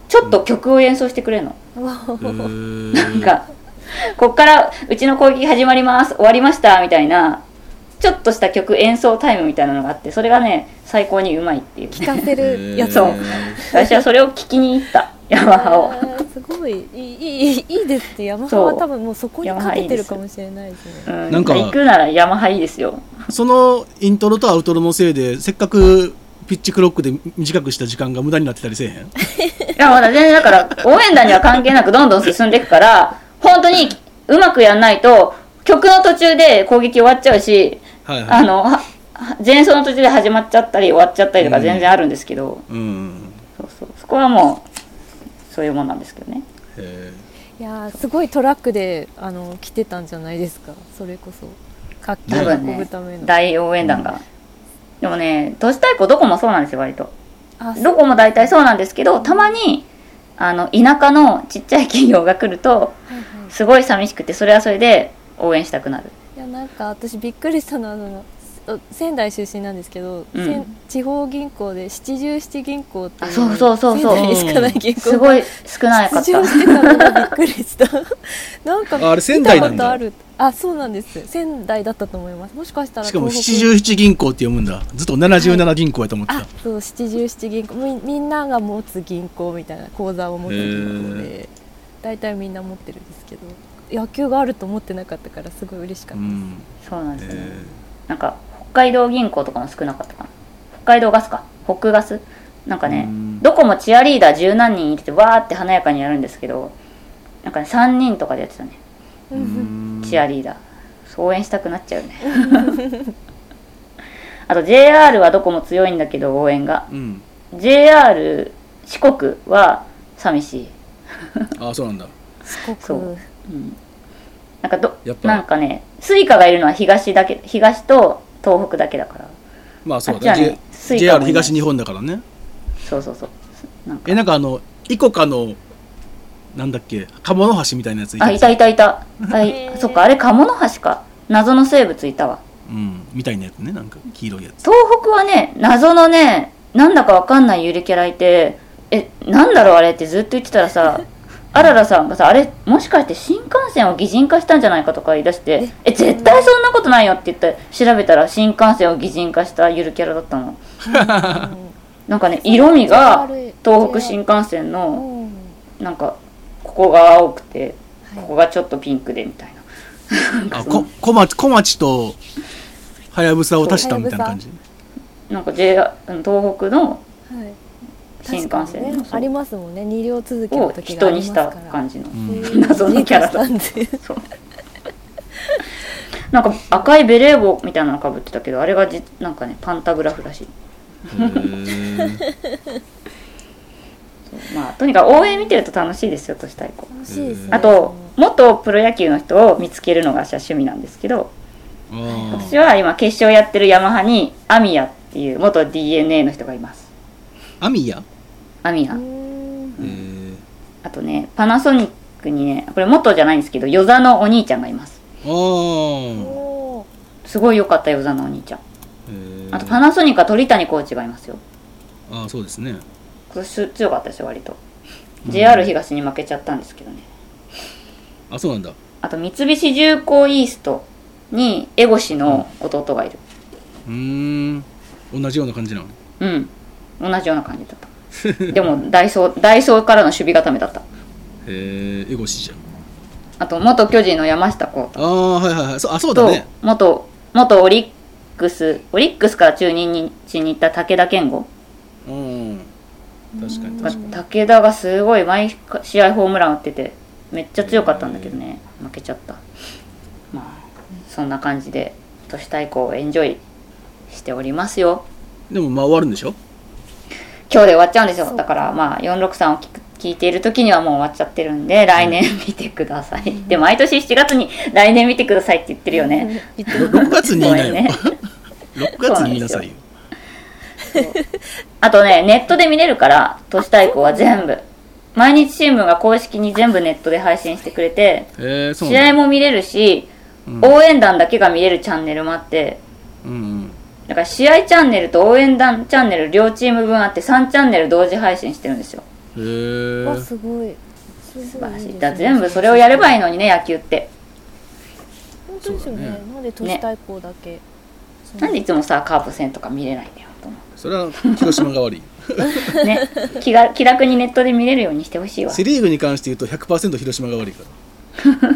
ちょっと曲を演奏してくれるの、 わお、 へーなんかこっからうちの攻撃始まります終わりましたみたいなちょっとした曲演奏タイムみたいなのがあって、それがね最高にうまいっていう、 聞かせるやつそう私はそれを聞きに行ったヤマハをえーすごいいいいいいいですってヤマハは多分もうそこにかけてるかもしれないですね。 うん、 なんか行くならヤマハいいですよ。 そのイントロとアウトロのせいでせっかくピッチクロックで短くした時間が無駄になってたりせえへん？ いやまだ全然だから応援団には関係なくどんどん進んでいくから本当にうまくやんないと曲の途中で攻撃終わっちゃうし、 はいはい、 あのは前奏の途中で始まっちゃったり終わっちゃったりとか全然あるんですけど、 うんうん、 そうそうそこはもうそういうもんなんですけどね。 へいやーすごいトラックであの来てたんじゃないですか。それこそ活気を多分ね運ぶための、 大応援団が、うん、でもね都市対抗どこもそうなんですよ割と。 あどこも大体そうなんですけど、たまにあの田舎のちっちゃい企業が来るとはいはい、 すごい寂しくてそれはそれで応援したくなる。 いやなんか私びっくりしたのはあの仙台出身なんですけど、 うん、 せん地方銀行で七十七銀行っていうそうそうそうそう仙台にしかない銀行すごい少なかった。 出場してたのがびっくりしたなんかあれ仙台なんだ。 見たことある。あ、そうなんです。仙台だったと思います。もしかしたらしかも東北七十七銀行って読むんだ。ずっとななじゅうなな銀行やと思ってた、 あ、そう七十七銀行、みみんなが持つ銀行みたいな口座を持つ銀行で大体みんな持ってるんですけど、野球があると思ってなかったからすごい嬉しかったです、うん、 そうなんですよね。なんか北海道銀行とかも少なかったかな。北海道ガスか北ガスなんかね、どこもチアリーダー十何人いてわーって華やかにやるんですけど、なんかねさんにんとかでやってたね、チアリーダー。そう応援したくなっちゃうねあと ジェイアール はどこも強いんだけど応援が、うん、ジェイアール 四国は寂しいああそうなんだ。 四国そう、うん、 なんかどなんかねスイカがいるのは東だけ、東と東北だけだから。 まあそうだね、ジェイアール 東日本だからね。 そうそうそう。 なんかえなんかあのイコカのなんだっけ鴨の橋みたいなやついた。 あいたいたいたあいそっかあれ鴨の橋か。謎の生物いたわ。 うんみたいなやつね、なんか黄色いやつ。 東北はね謎のねなんだかわかんないゆるキャラいて、えなんだろうあれってずっと言ってたらさあららさんがさあれもしかして新幹線を擬人化したんじゃないかとか言い出して、え絶対そんなことないよって言って調べたら新幹線を擬人化したゆるキャラだったのなんかね色味が東北新幹線のなんかここが青くてここがちょっとピンクでみたいなあこ小町小町とはやぶさを足したみたいな感じ。 なんか J 東北の新幹線の、 ね、ありますもんねに両続きの時がありますから人にした感じの、うん、謎のキャラだそうなんか赤いベレー帽みたいなのかぶってたけどあれがじなんかねパンタグラフらしいまあとにかく応援見てると楽しいですよ都市対抗。 楽しいですね。 あと元プロ野球の人を見つけるのが私は趣味なんですけど、私は今決勝やってるヤマハにアミヤっていう元 ディーエヌエー の人がいます。 アミヤアミヤ、うん、あとねパナソニックにねこれ元じゃないんですけど与座のお兄ちゃんがいます。 おすごい良かった与座のお兄ちゃん。あとパナソニックは鳥谷コーチがいますよ。 ああそうですね。 これ強かったですよ割と、うん、ジェイアール 東に負けちゃったんですけどね。 あそうなんだ。 あと三菱重工イーストに江越の弟がいる。 うーん同じような感じなの。 うん同じような感じだったでもダイソーダイソーからの守備固めだった。へえ江越じゃん。 あと元巨人の山下幸太。 ああはいはいはいそあそうだね。 元元オリックスオリックスから中日に行った武田健吾。 うん確かに確かに。 武田がすごい毎試合ホームラン打っててめっちゃ強かったんだけどね負けちゃった。まあそんな感じで都市対抗をエンジョイしておりますよ。 でもまあ終わるんでしょ。 今日で終わっちゃうんですよ。だからまあよんろくさんを聞く聞いている時にはもう終わっちゃってるんで来年見てください、うん、で毎年しちがつに来年見てくださいって言ってるよねろくがつに言いなよ、ね、ろくがつに言いなさいよ。 あとねネットで見れるから都市対抗は全部毎日新聞が公式に全部ネットで配信してくれて、 えー、そう試合も見れるし、うん、応援団だけが見れるチャンネルもあって、うんうん、だから試合チャンネルと応援団チャンネル両チーム分あってさんチャンネル同時配信してるんですよ。 へへえ。 わすごいす素晴ごいいいですね。 らしい。だから全部それをやればいいのにね、野球って。 本当ですよね。 そうだねなんで都市対抗だけ、そんなんでいつもさカープ戦とか見れないんだよと思それは広島が悪い。 うね。気が気楽にネットで見れるようにしてほしいわ。 セリーグに関して言うと ひゃくパーセント 広島が悪いから。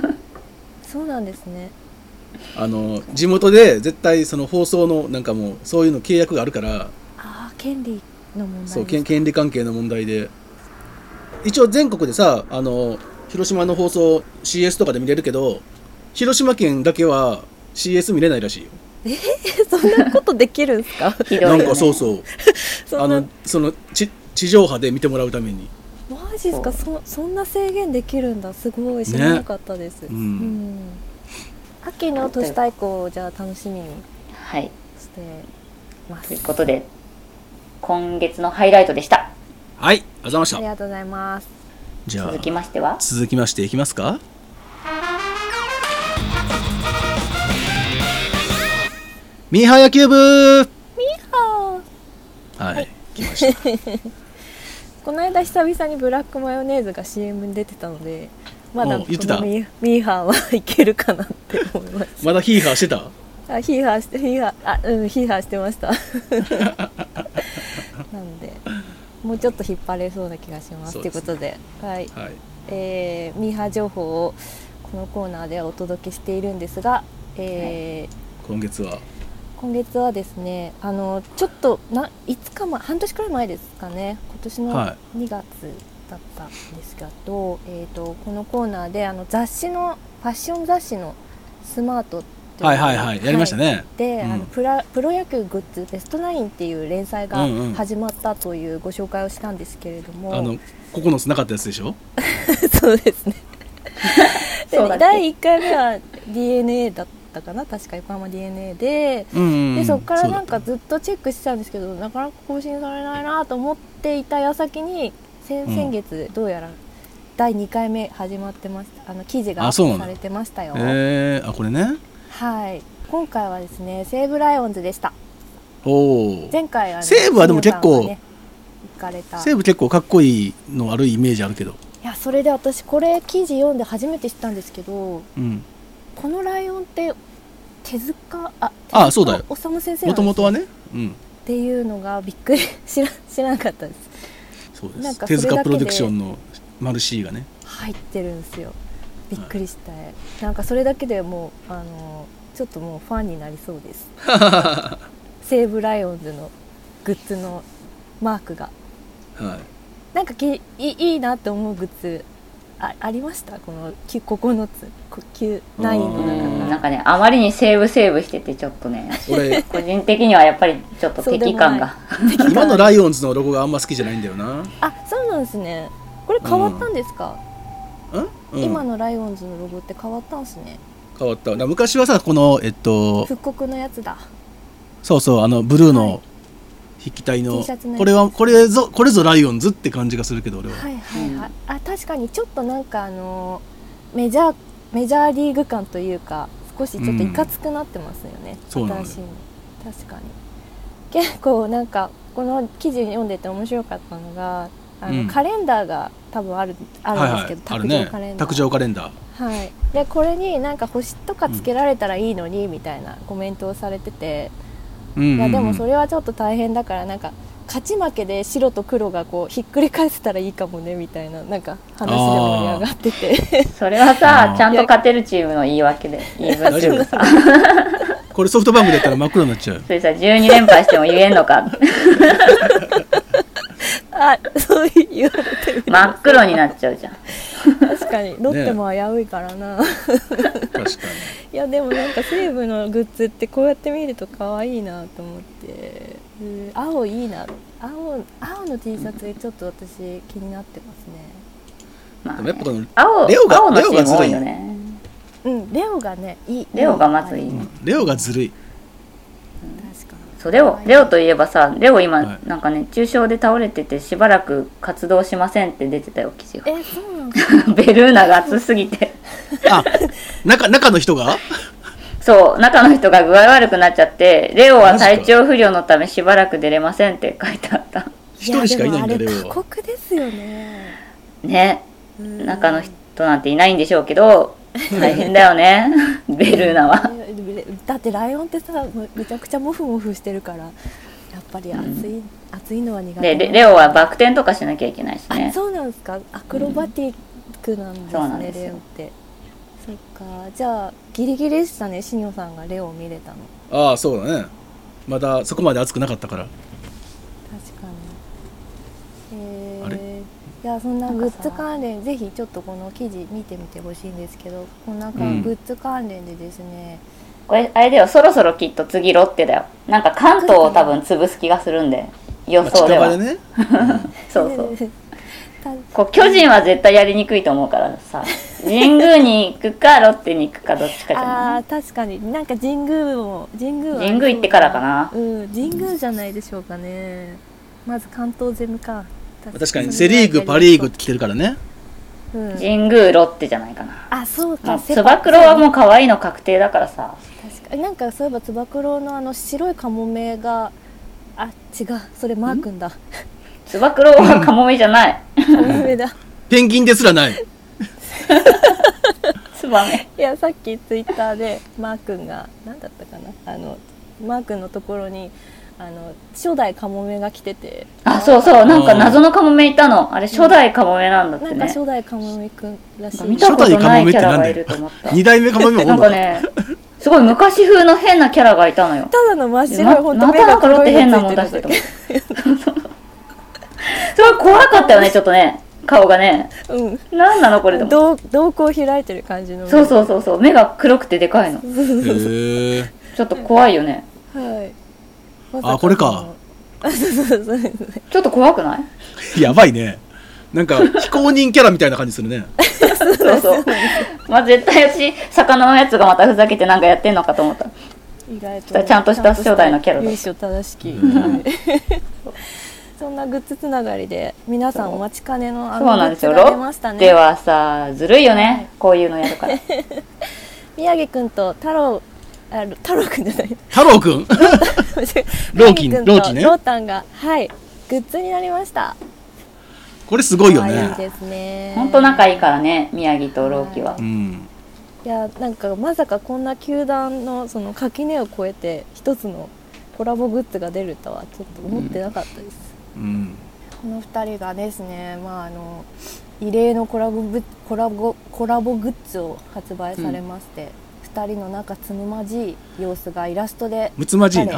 そうなんですね。 あの地元で絶対その放送のなんかもうそういうの契約があるから、 ああ権利の問題ですか。 そう権権利関係の問題で、一応全国でさあの広島の放送 シーエス とかで見れるけど、広島県だけは シーエス 見れないらしいよ。 そんなことできるんですか。 ひどいよね。 なんかそうそうそんなあのその地地上波で見てもらうために。 マジですか。そそんな制限できるんだ。すごい知らなかったです。 うんうん秋の都市対抗をじゃあ楽しみにはい。 してます。 ということで今月のハイライトでした。 はい、ありがとうございました。 ありがとうございます。 じゃあ続きましては続きましていきますか。ミーハー野球部。 あはい、来ました。 ーこの間久々にブラックマヨネーズが シーエム に出てたので、まだこお言ってたのミーミーハーはいけるかなって思います。 まだヒーハーしてた。 あヒーハーしてヒーハーあうんヒーハーしてました。なのでもうちょっと引っ張れそうな気がします。ということで、はい、 はい。 えーミーハー情報をこのコーナーではお届けしているんですが、えー今月は今月はですね、あのちょっとないつか前半年くらい前ですかね、今年のはにがつだったんですけど、えー、とこのコーナーであの雑誌のファッション雑誌のスマートっていうはいはいはいやりましたね。 で、 うんあのプラプロ野球グッズベストナインっていう連載がうんうん始まったというご紹介をしたんですけれども、 あのここのつなかったやつでしょ。 そうですね。でそうだっけだいいっかいめは ディーエヌエー だったかな、確か横浜 ディーエヌエー で、 うんうんうん、 でそこからなんかそうだっずっとチェックしてたんですけど、なかなか更新されないなと思っていた矢先に先々月どうやらだいにかいめ始まってます。あの記事がアあそうなんだップされてましたよ。 た。えー、あこれね。 はい、今回はですね西武ライオンズでした。 おお。 前回あの西武はでも結構新庄さんがね行かれた。 西武結構かっこいいのあるイメージあるけど。 いやそれで私これ記事読んで初めて知ったんですけど、 うん。 このライオンって手塚ああそうだよ手塚治虫先生なもんです、ね、 ともとはね。うん。 っていうのがびっくり知ら知らなかったです。 そうです。 なんかそれだけで手塚プロダクションのマルシーがね。 入ってるんですよ。びっくりした、なんかそれだけでもうあのちょっともうファンになりそうです西武ライオンズのグッズのマークがはい。 なんかきいいいなって思うグッズ あ, ありました。このきここのつこきゅうナインのう中んなんかねあまりにセーブセーブしててちょっとね俺個人的にはやっぱりちょっと敵感が今のライオンズのロゴがあんま好きじゃないんだよな。 あそうなんですね。これ変わったんですか、 うん、うん、 今のライオンズのロゴって変わったんですね。 変わった。だから昔はさこのえっと復刻のやつだ。 そうそうあのブルーはいの筆記体の、 T シャツのやつこれはこれぞこれぞライオンズって感じがするけど俺は。 はいはいはい、あ確かにちょっとなんかあのメジャーメジャーリーグ感というか少しちょっといかつくなってますよね、 そうなのよ新しいの。確かに結構なんかこの記事読んでて面白かったのがあの、 うんカレンダーが多分あるあるんですけど、 ある卓上ねカレンダー、 卓上カレンダー。 はい、でこれになんか星とかつけられたらいいのにみたいなコメントをされてて、 うんうんうん、 いやでもそれはちょっと大変だからなんか勝ち負けで白と黒がこうひっくり返せたらいいかもねみたいななんか話で盛り上がっててそれはあーさちゃんと勝てるチームの言い訳で言い分っていうかさこれソフトバンクだったら真っ黒になっちゃう。 それさじゅうに連敗しても言えんのかあそう言われてる真っ黒になっちゃうじゃん。 確かにロッテも危ういからな、 確かに。 いやでもなんか西武のグッズってこうやって見ると可愛いなと思って、うん青いいな青青の T シャツちょっと私気になってますね。 まあねでもやっぱこの青レオが青のチームレオがずるい多いよね。 うんレオがねいいレオがまずいい、 いいレオがずるい。 確かにそうレオレオといえばさレオ今、 はいなんか熱中症で倒れててしばらく活動しませんって出てたよ記事が。 えそうなんですかベルーナが熱すぎてあ中中の人がそう中の人が具合悪くなっちゃってレオは体調不良のためしばらく出れませんって書いてあった。 一人しかいないんだやでもあレオはれ過酷ですよね。 ね、 うん中の人なんていないんでしょうけど大変だよねベルーナは。 だってライオンってさめちゃくちゃモフモフしてるからやっぱり暑い、うん、暑いのは苦手で レ, レオはバク転とかしなきゃいけないしね。 あそうなんですか。アクロバティックなんですね、うん、ですレオって。そっか、じゃあギリギリでしたねシニョさんがレオを見れたの。 ああそうだね、まだそこまで暑くなかったから。 確かに、えー、 あれいやそんなグッズ関連ぜひちょっとこの記事見てみてほしいんですけど、このなんかグッズ関連でですね、 うん、これあれだよ、そろそろきっと次ロッテだよ。なんか関東を多分潰す気がするんで予想では、まあ、近場でねそうそうこう巨人は絶対やりにくいと思うからさ神宮に行くかロッテに行くかどっちかじゃない。 あー確かになんか神宮も神宮は神宮行ってからかな。 うん神宮じゃないでしょうかね。まず関東攻めか。 確かにセリーグパリーグって来てるからね、 うん、神宮ロッテじゃないかな。 あそうか、 つば九郎はもう可愛いの確定だからさ。 確かになんかそういえばつば九郎のあの白いカモメがあ違うそれマー君だ。 つば九郎はカモメじゃないカモメだペンギンですらないツバメ。 いやさっきツイッターでマー君が何だったかな、あのマー君のところにあの初代カモメが来てて、 あそうそうなんか謎のカモメいたの。あれ初代カモメなんだってね、 うん、なんか初代カモメくんらしい。 見たことないキャラがいると思った。 に代目カモメもなんかねすごい昔風の変なキャラがいたのよ。 ただの真っ白い本当またなんかロッテ変なもん出してたすごい怖かったよねちょっとね顔がね、 うん、 なんなのこれでも瞳孔開いてる感じの。 そうそうそうそう目が黒くてでかいの。 へえちょっと怖いよね。 はい。 あこれか。 ちょっと怖くない？ やばいね。なんか非公認キャラみたいな感じするねそうそうまあ絶対私魚のやつがまたふざけてなんかやってんのかと思った。 意外とちゃんとした初代のキャラだ。 由緒正しき、はい、そんなグッズつながりで皆さんお待ちかねのあのグッズが出ましたね。 ロッテはさずるいよね、はい、こういうのやるから宮城くんと太郎あ太郎くんじゃない太郎くんローキンローキンねロータンがはいグッズになりました。 これすごいよね。 いいですね。 本当仲いいからね宮城とローキは、 はい、うんいやなんかまさかこんな球団のその垣根を越えて一つのコラボグッズが出るとはちょっと思ってなかったです、 うんうん、 このふたりがですね、まあ、あの異例のコラボブコラボコラボグッズを発売されまして、うん、ふたりの仲つむまじい様子がイラストでむつまじいな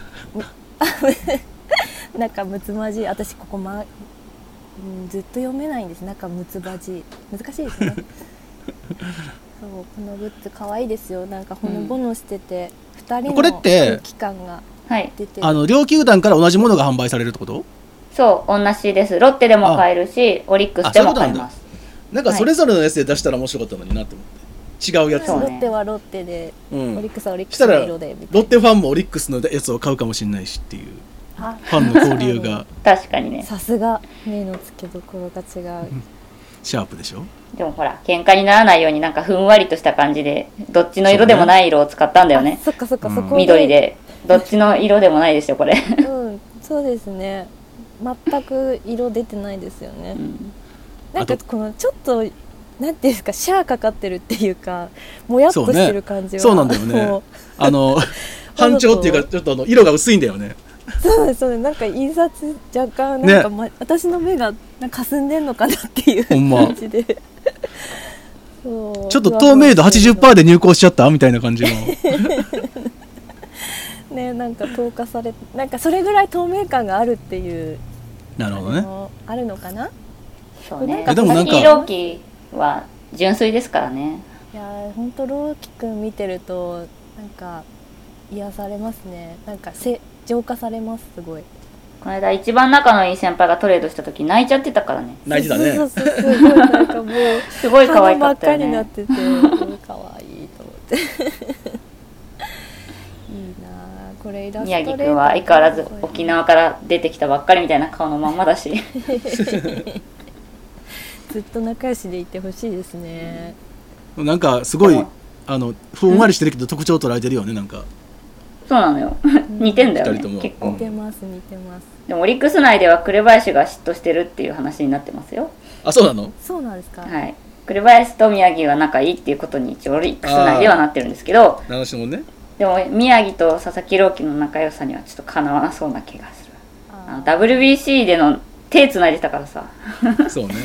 仲むつまじい私ここ、まうん、ずっと読めないんです。仲むつまじい難しいですねそうこのグッズ可愛いですよ。なんかほのぼのしてて、うん、ふたりの空気感が出てる。 あの両球団から同じものが販売されるってこと？ そう同じです。ロッテでも買えるしオリックスでも買えます。 なんかそれぞれのやつで出したら面白かったのになって思って、はい、違うやつ、ね、 ロッテはロッテで、うん、オリックスはオリックスの色でみたいな。ロッテファンもオリックスのやつを買うかもしれないしっていうファンの交流が確かにね。 さすが目の付けどころが違う、うん、 シャープでしょ。 でもほら喧嘩にならないようになんかふんわりとした感じでどっちの色でもない色を使ったんだよね。 そっかそっか、うん、そこで緑でどっちの色でもないですよこれうんそうですね全く色出てないですよね、うん、なんかこのちょっとなんていうんですかシャーかかってるっていうかもやっとしてる感じはそう,、ね、そうなんだよねあの半調っていうかちょっとあの色が薄いんだよね。 そうですそうです。なんか印刷若干なんか、まね、私の目がなんか霞んでんのかなっていう感じでそうちょっと透明度 はちじゅっパーセント で入稿しちゃったみたいな感じのねなんか透過されなんかそれぐらい透明感があるっていうなるほどねあ, あるのかな。 そうね。でもなんかローキは純粋ですからね。 いや本当ローキくん見てるとなんか癒されますね。なんかせ浄化されますすごい。 この間一番仲のいい先輩がトレードした時泣いちゃってたからね。 泣いてたね。 そうそうそうすごいなんかもうすごい可愛かったよね。 鼻真っ赤になっててすごい可愛いと思っていいなこれイラストレーター。 宮城くんは相変わらず沖縄から出てきたばっかりみたいな顔のまんまだしずっと仲良しでいてほしいですね。 なんかすごいあのふんわりしてるけど特徴捉えてるよねなんか。 そうなのよ似てんだよね二人とも結構、 うん似てます似てますでもオリックス内では紅林が嫉妬してるっていう話になってますよ。 あ、そうなの？ そうなんですか、 はい紅林と宮城が仲いいっていうことに一応オリックス内ではなってるんですけど、 七種もね。 でも宮城と佐々木朗希の仲良さにはちょっとかなわなそうな気がする。ああの ダブリュービーシー での手つないでたからさそうね。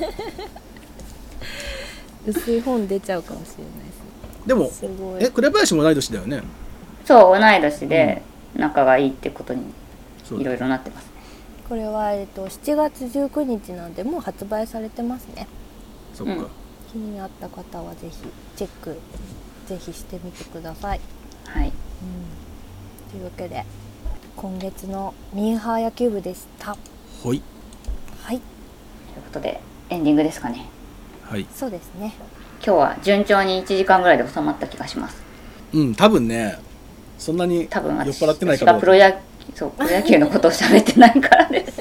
薄い本出ちゃうかもしれないですねでもすごいえ紅林も同い年だよね。 そう同い年で仲がいいってことにそういろいろなってますね。 これは、えっと、しちがつじゅうくにちなんでもう発売されてますね。 そっか、 うん気になった方はぜひチェックぜひしてみてください、 はいうん、というわけで今月のミーハー野球部でした。 ほいはいということでエンディングですかね。 はい。 そうですね。 今日は順調にいちじかんぐらいで収まった気がします。 うん多分ねそんなに多分酔っ私払ってないから私がプロ野そうプロ野球のことを喋ってないからです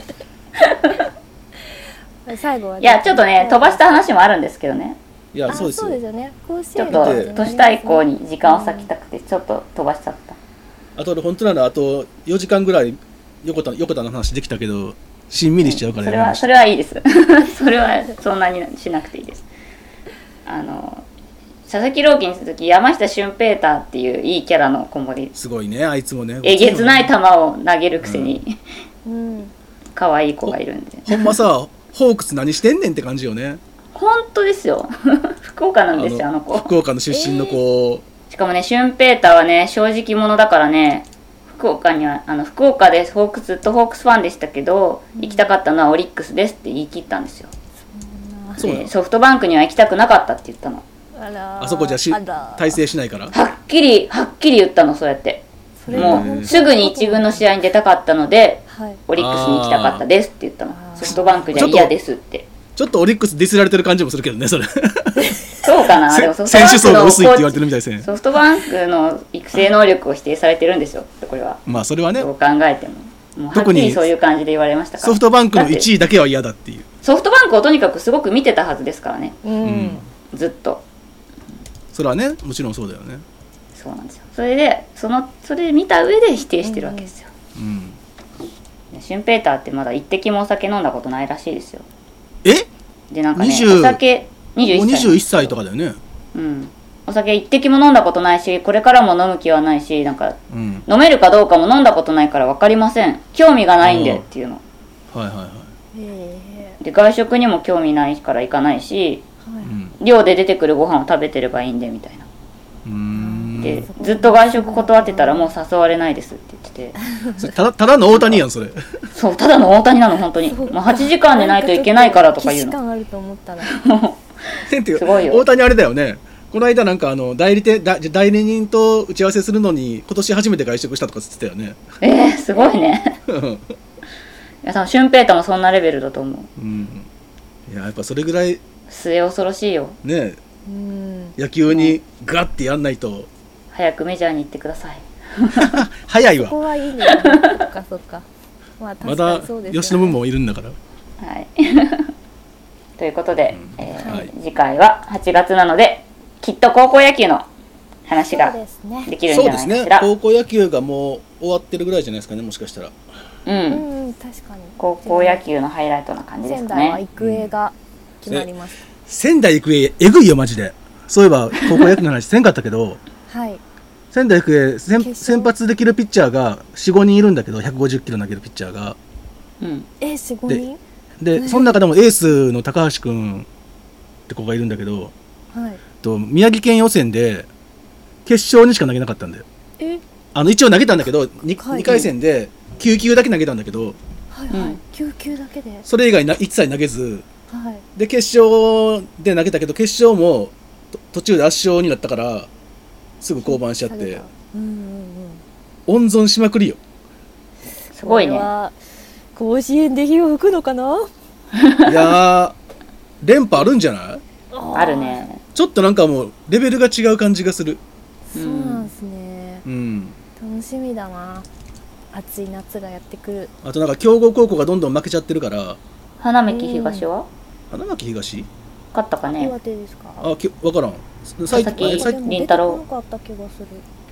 最後はいやちょっとね飛ばした話もあるんですけどね、 あいやそうですよ。 そうですよね。甲子ちょっ園と都市対抗に時間を割きたくてちょっと飛ばしちゃった。 あと本当ならあとよじかんぐらい横田横田の話できたけどしんみりしちゃうからそれやめましたはそれはいいですそれはそんなにしなくていいです。あの佐々木朗希にするとき山下俊平太っていういいキャラの子もですごいねあいつもねえげつない球を投げるくせに、 うん可愛い子がいるんでほんまさホークス何してんねんって感じよね。 本当ですよ福岡なんですよあの子。 福岡の出身の子、 しかもね俊平太はね正直者だからね福岡にはあの福岡でホークスずっとホークスファンでしたけど、行きたかったのはオリックスですって言い切ったんですよ。 そうなのでソフトバンクには行きたくなかったって言ったの。 あらあそこじゃしあら大成しないから。 はっきりはっきり言ったのそうやって。 それが本当もうすぐに一軍の試合に出たかったのではいオリックスに行きたかったですって言ったの。 あーソフトバンクじゃ嫌ですって。 ちょっとオリックスディスられてる感じもするけどねそれそうかな。でもソフト選手バンクの層が薄いって言われコーてるみたいですねチ。ソフトバンクの育成能力を否定されてるんですよこれは。 まあそれはねどう考えてももうはっき特にりそういう感じで言われましたから。 ソフトバンクのだっていちいだけは嫌だっていう。 ソフトバンクをとにかくすごく見てたはずですからねうん、 うんずっと。 それはねもちろんそうだよね。 そうなんですよ。それでそのそれで見た上で否定してるわけですよ。 うんシュンペーターってまだ一滴もお酒飲んだことないらしいですよ。 えでなんかねにじゅうお酒にじゅういっさいにじゅういっさいとかだよね。 うん、お酒一滴も飲んだことないしこれからも飲む気はないしなんかうん飲めるかどうかも飲んだことないから分かりません興味がないんでっていうのはいはいはい。 へえで外食にも興味ないから行かないしはいうん寮で出てくるご飯を食べてればいいんでみたいな。 うーんでずっと外食断ってたらもう誘われないですって言っててそれただただの大谷やんそれ。 そうただの大谷なの本当にもうはちじかんでないといけないからとか言うの既視感あると思ったらていうすごいよ大谷あれだよね。この間なんかあの代理店だ代理人と打ち合わせするのに今年初めて外食したとか言ってたよね。 えー、すごいねいや多分シュンペーターもそんなレベルだと思う。 うんいややっぱそれぐらい末恐ろしいよ。 ねうん野球にガッてやんないと早くメジャーに行ってください。 早いわ。 そこはいいねそっかそっかまあ確かまだにそうですよね吉野文もいるんだから。 はいということで、えーはい次回ははちがつなのできっと高校野球の話がそうですねできるんじゃそうですねないかしら。 高校野球がもう終わってるぐらいじゃないですかねもしかしたら。 うん、 うんうん確かに高校野球のハイライトな感じですか仙台はね。 育英が決まりまし仙台育英えぐいよマジで。そういえば高校野球の話せんかったけどたはい仙台育英先決勝先発できるピッチャーがよん、ごにんいるんだけどひゃくごじゅっキロ投げるピッチャーがうん、 えよん、ごにんでその中でもエースの高橋君って子がいるんだけどはいと宮城県予選で決勝にしか投げなかったんだよ。 えあの一応投げたんだけど 2, はいにかい戦できゅうきゅうだけ投げたんだけどはいはい、 うんきゅう球だけでそれ以外な一切投げずはいで決勝で投げたけど決勝もと途中で圧勝になったからすぐ降板しちゃって下げたうんうんうん温存しまくりよ。 すごいね。 これは甲子園で火を吹くのかないやー連覇あるんじゃない？ あるね。 ちょっとなんかもうレベルが違う感じがする。 そうなんですね、 うん楽しみだな暑い夏がやってくるあとなんか強豪高校がどんどん負けちゃってるから花巻東は花巻東勝ったかね。 岩手ですかあき分からん佐々木あさ凛太郎でも出てこなかった気がする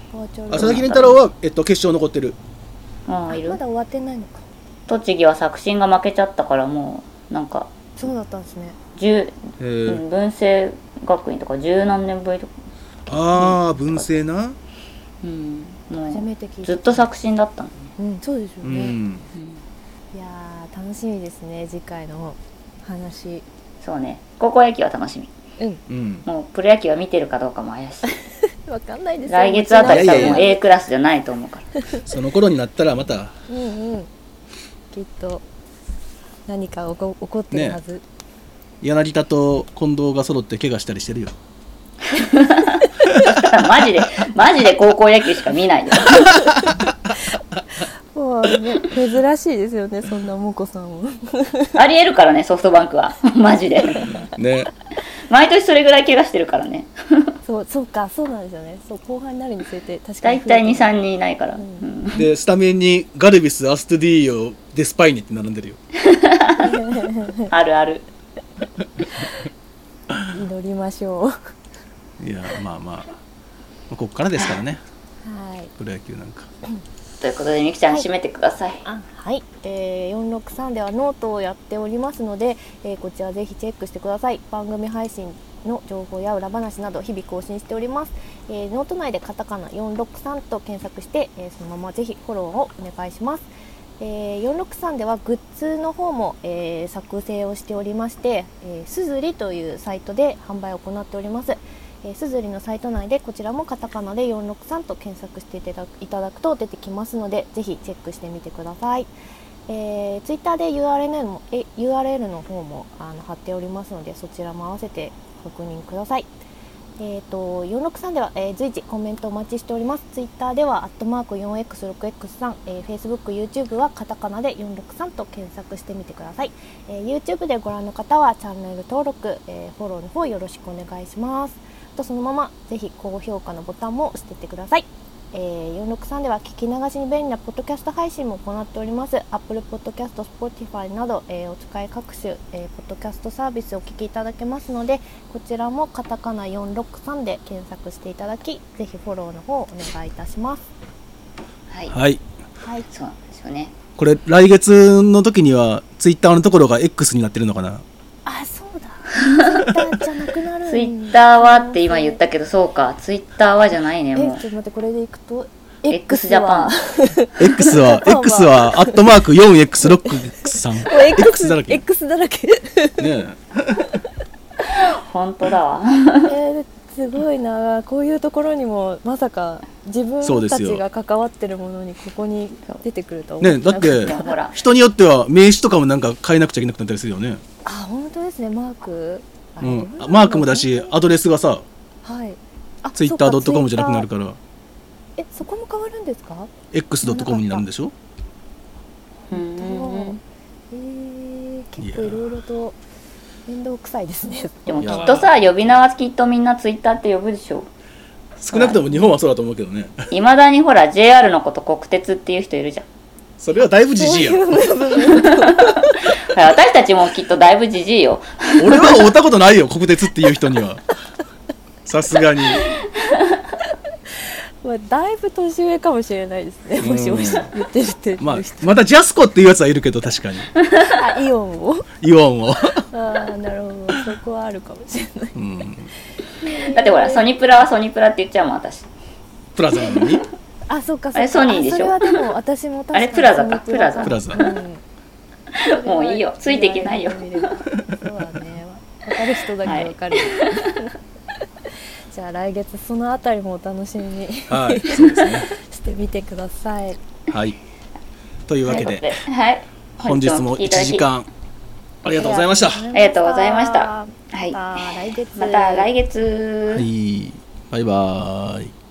バーチャルあ佐々木麟太郎は、えっと、決勝残ってる。 ああいるまだ終わってないのか。 栃木は作新が負けちゃったからもうなんかそうだったんですね。 じゅう、 へーうん文星学院とか十何年ぶりとか、 ああ文星な。 うん、も初めて聞いうた。 ずっと作新だったのね、 うん、そうですよね。 うんいやー楽しみですね、次回の話。 そうね高校野球は楽しみ。 うん、 うんもうプロ野球は見てるかどうかも怪しいわかんないですよ。 来月あたりいやいやいや多分 A クラスじゃないと思うからその頃になったらまたうんうん。きっと何か起こ起こってるはず。 柳田と近藤が揃って怪我したりしてるよ。 マジでマジで高校野球しか見ないよもうね、珍しいですよね、そんなもこさんも。 ありえるからねソフトバンクはマジでね毎年それぐらい怪我してるからねそう、そうか、そうなんですよね。そう、後半になるにつれて確かに大体に、さん人。 にんいないから、 うんうんでスタメンにガルビス、アストゥディーヨ、デスパイネって並んでるよ。 あるある祈りましょう。 いやまあまあここからですからねはい。 プロ野球なんか。 ということでみきちゃん締めてください、 あはい、えー、よんろくさんではノートをやっておりますので、えーこちらぜひチェックしてください。番組配信の情報や裏話など日々更新しております。えーノート内でカタカナよんろくさんと検索して、えーそのままぜひフォローをお願いします。えーよんろくさんではグッズの方も、えー作成をしておりまして、えーすずりというサイトで販売を行っております。えーすずりのサイト内でこちらもカタカナでよんろくさんと検索していただいただくと出てきますのでぜひチェックしてみてください。えー、ツイッターで ユーアールエル もえ ユーアールエル の方もあの貼っておりますのでそちらも合わせて確認ください。えー、とよんろくさんでは、えー随時コメントお待ちしております。ツイッターではアットマーク よんエックスろくエックスさん、えー、Facebook、YouTube はカタカナでよんろくさんと検索してみてください。えー YouTube でご覧の方はチャンネル登録、えーフォローの方よろしくお願いします。とそのままぜひ高評価のボタンも押していってください。えー、よんろくさんでは聞き流しに便利なポッドキャスト配信も行っております。 Apple Podcast、Spotify など、えーお使い各種、えーポッドキャストサービスをお聞きいただけますのでこちらもカタカナよんろくさんで検索していただきぜひフォローの方お願いいたします。 はい、 はいはい、 そうなんですよね。 これ来月の時にはツイッターのところが X になってるのかな。 あ、そうだツイッターじゃなくなるんだツイッターはって今言ったけどそうかツイッターはじゃないねえ、 もうちょっと待ってこれでいくと X ジャパン X は X はアットマーク よんエックスろくエックスさん X だらけね X だらけえ本当だわえー、すごいな。こういうところにもまさか自分たそうですよちが関わってるものにここに出てくるとは思ねえだってでもほら人によっては名刺とかもなんか変えなくちゃいけなくなったりするよね。 あ、本当ですね。マーク、あれうん、マークもだしアドレスがさはい、あツイッタードットコムそうじゃなくなるからツイッターえ、そこも変わるんですか？ エックスドットコム になるんでしょ。 うーんえー、結構いろいろと面倒くさいですね。 でもきっとさ呼び名はきっとみんなツイッターって呼ぶでしょ。 少なくとも日本はそうだと思うけどね。 いまだにほら ジェイアール のこと国鉄っていう人いるじゃん。 それはだいぶじじいやろ。 私たちもきっとだいぶじじいよ。 俺は会ったことないよ国鉄っていう人には。さすがに。 まあ、だいぶ年上かもしれないですね。もしもし言ってるってまあ言う人、 またジャスコっていうやつはいるけど確かにあ、イオンをイオンを、 ああ、なるほど。そこはあるかもしれない。 うん、 だってほらソニプラはソニプラって言っちゃうもん私。 プラザなのにあ、そうかそうか。 あれソニーでしょあそれはでも私も確かにあれプラザかソニプラプラザうんもういいよついていけないよ。 そうだね。分かる人だけ分かる。じゃあ来月そのあたりもお楽しみにはいそうですねしてみてください。 はいというわけというでことはい本日もいちじかんありがとうございました。 ありがとうございましたはいまた来月。 また来月、 はいバイバーイ。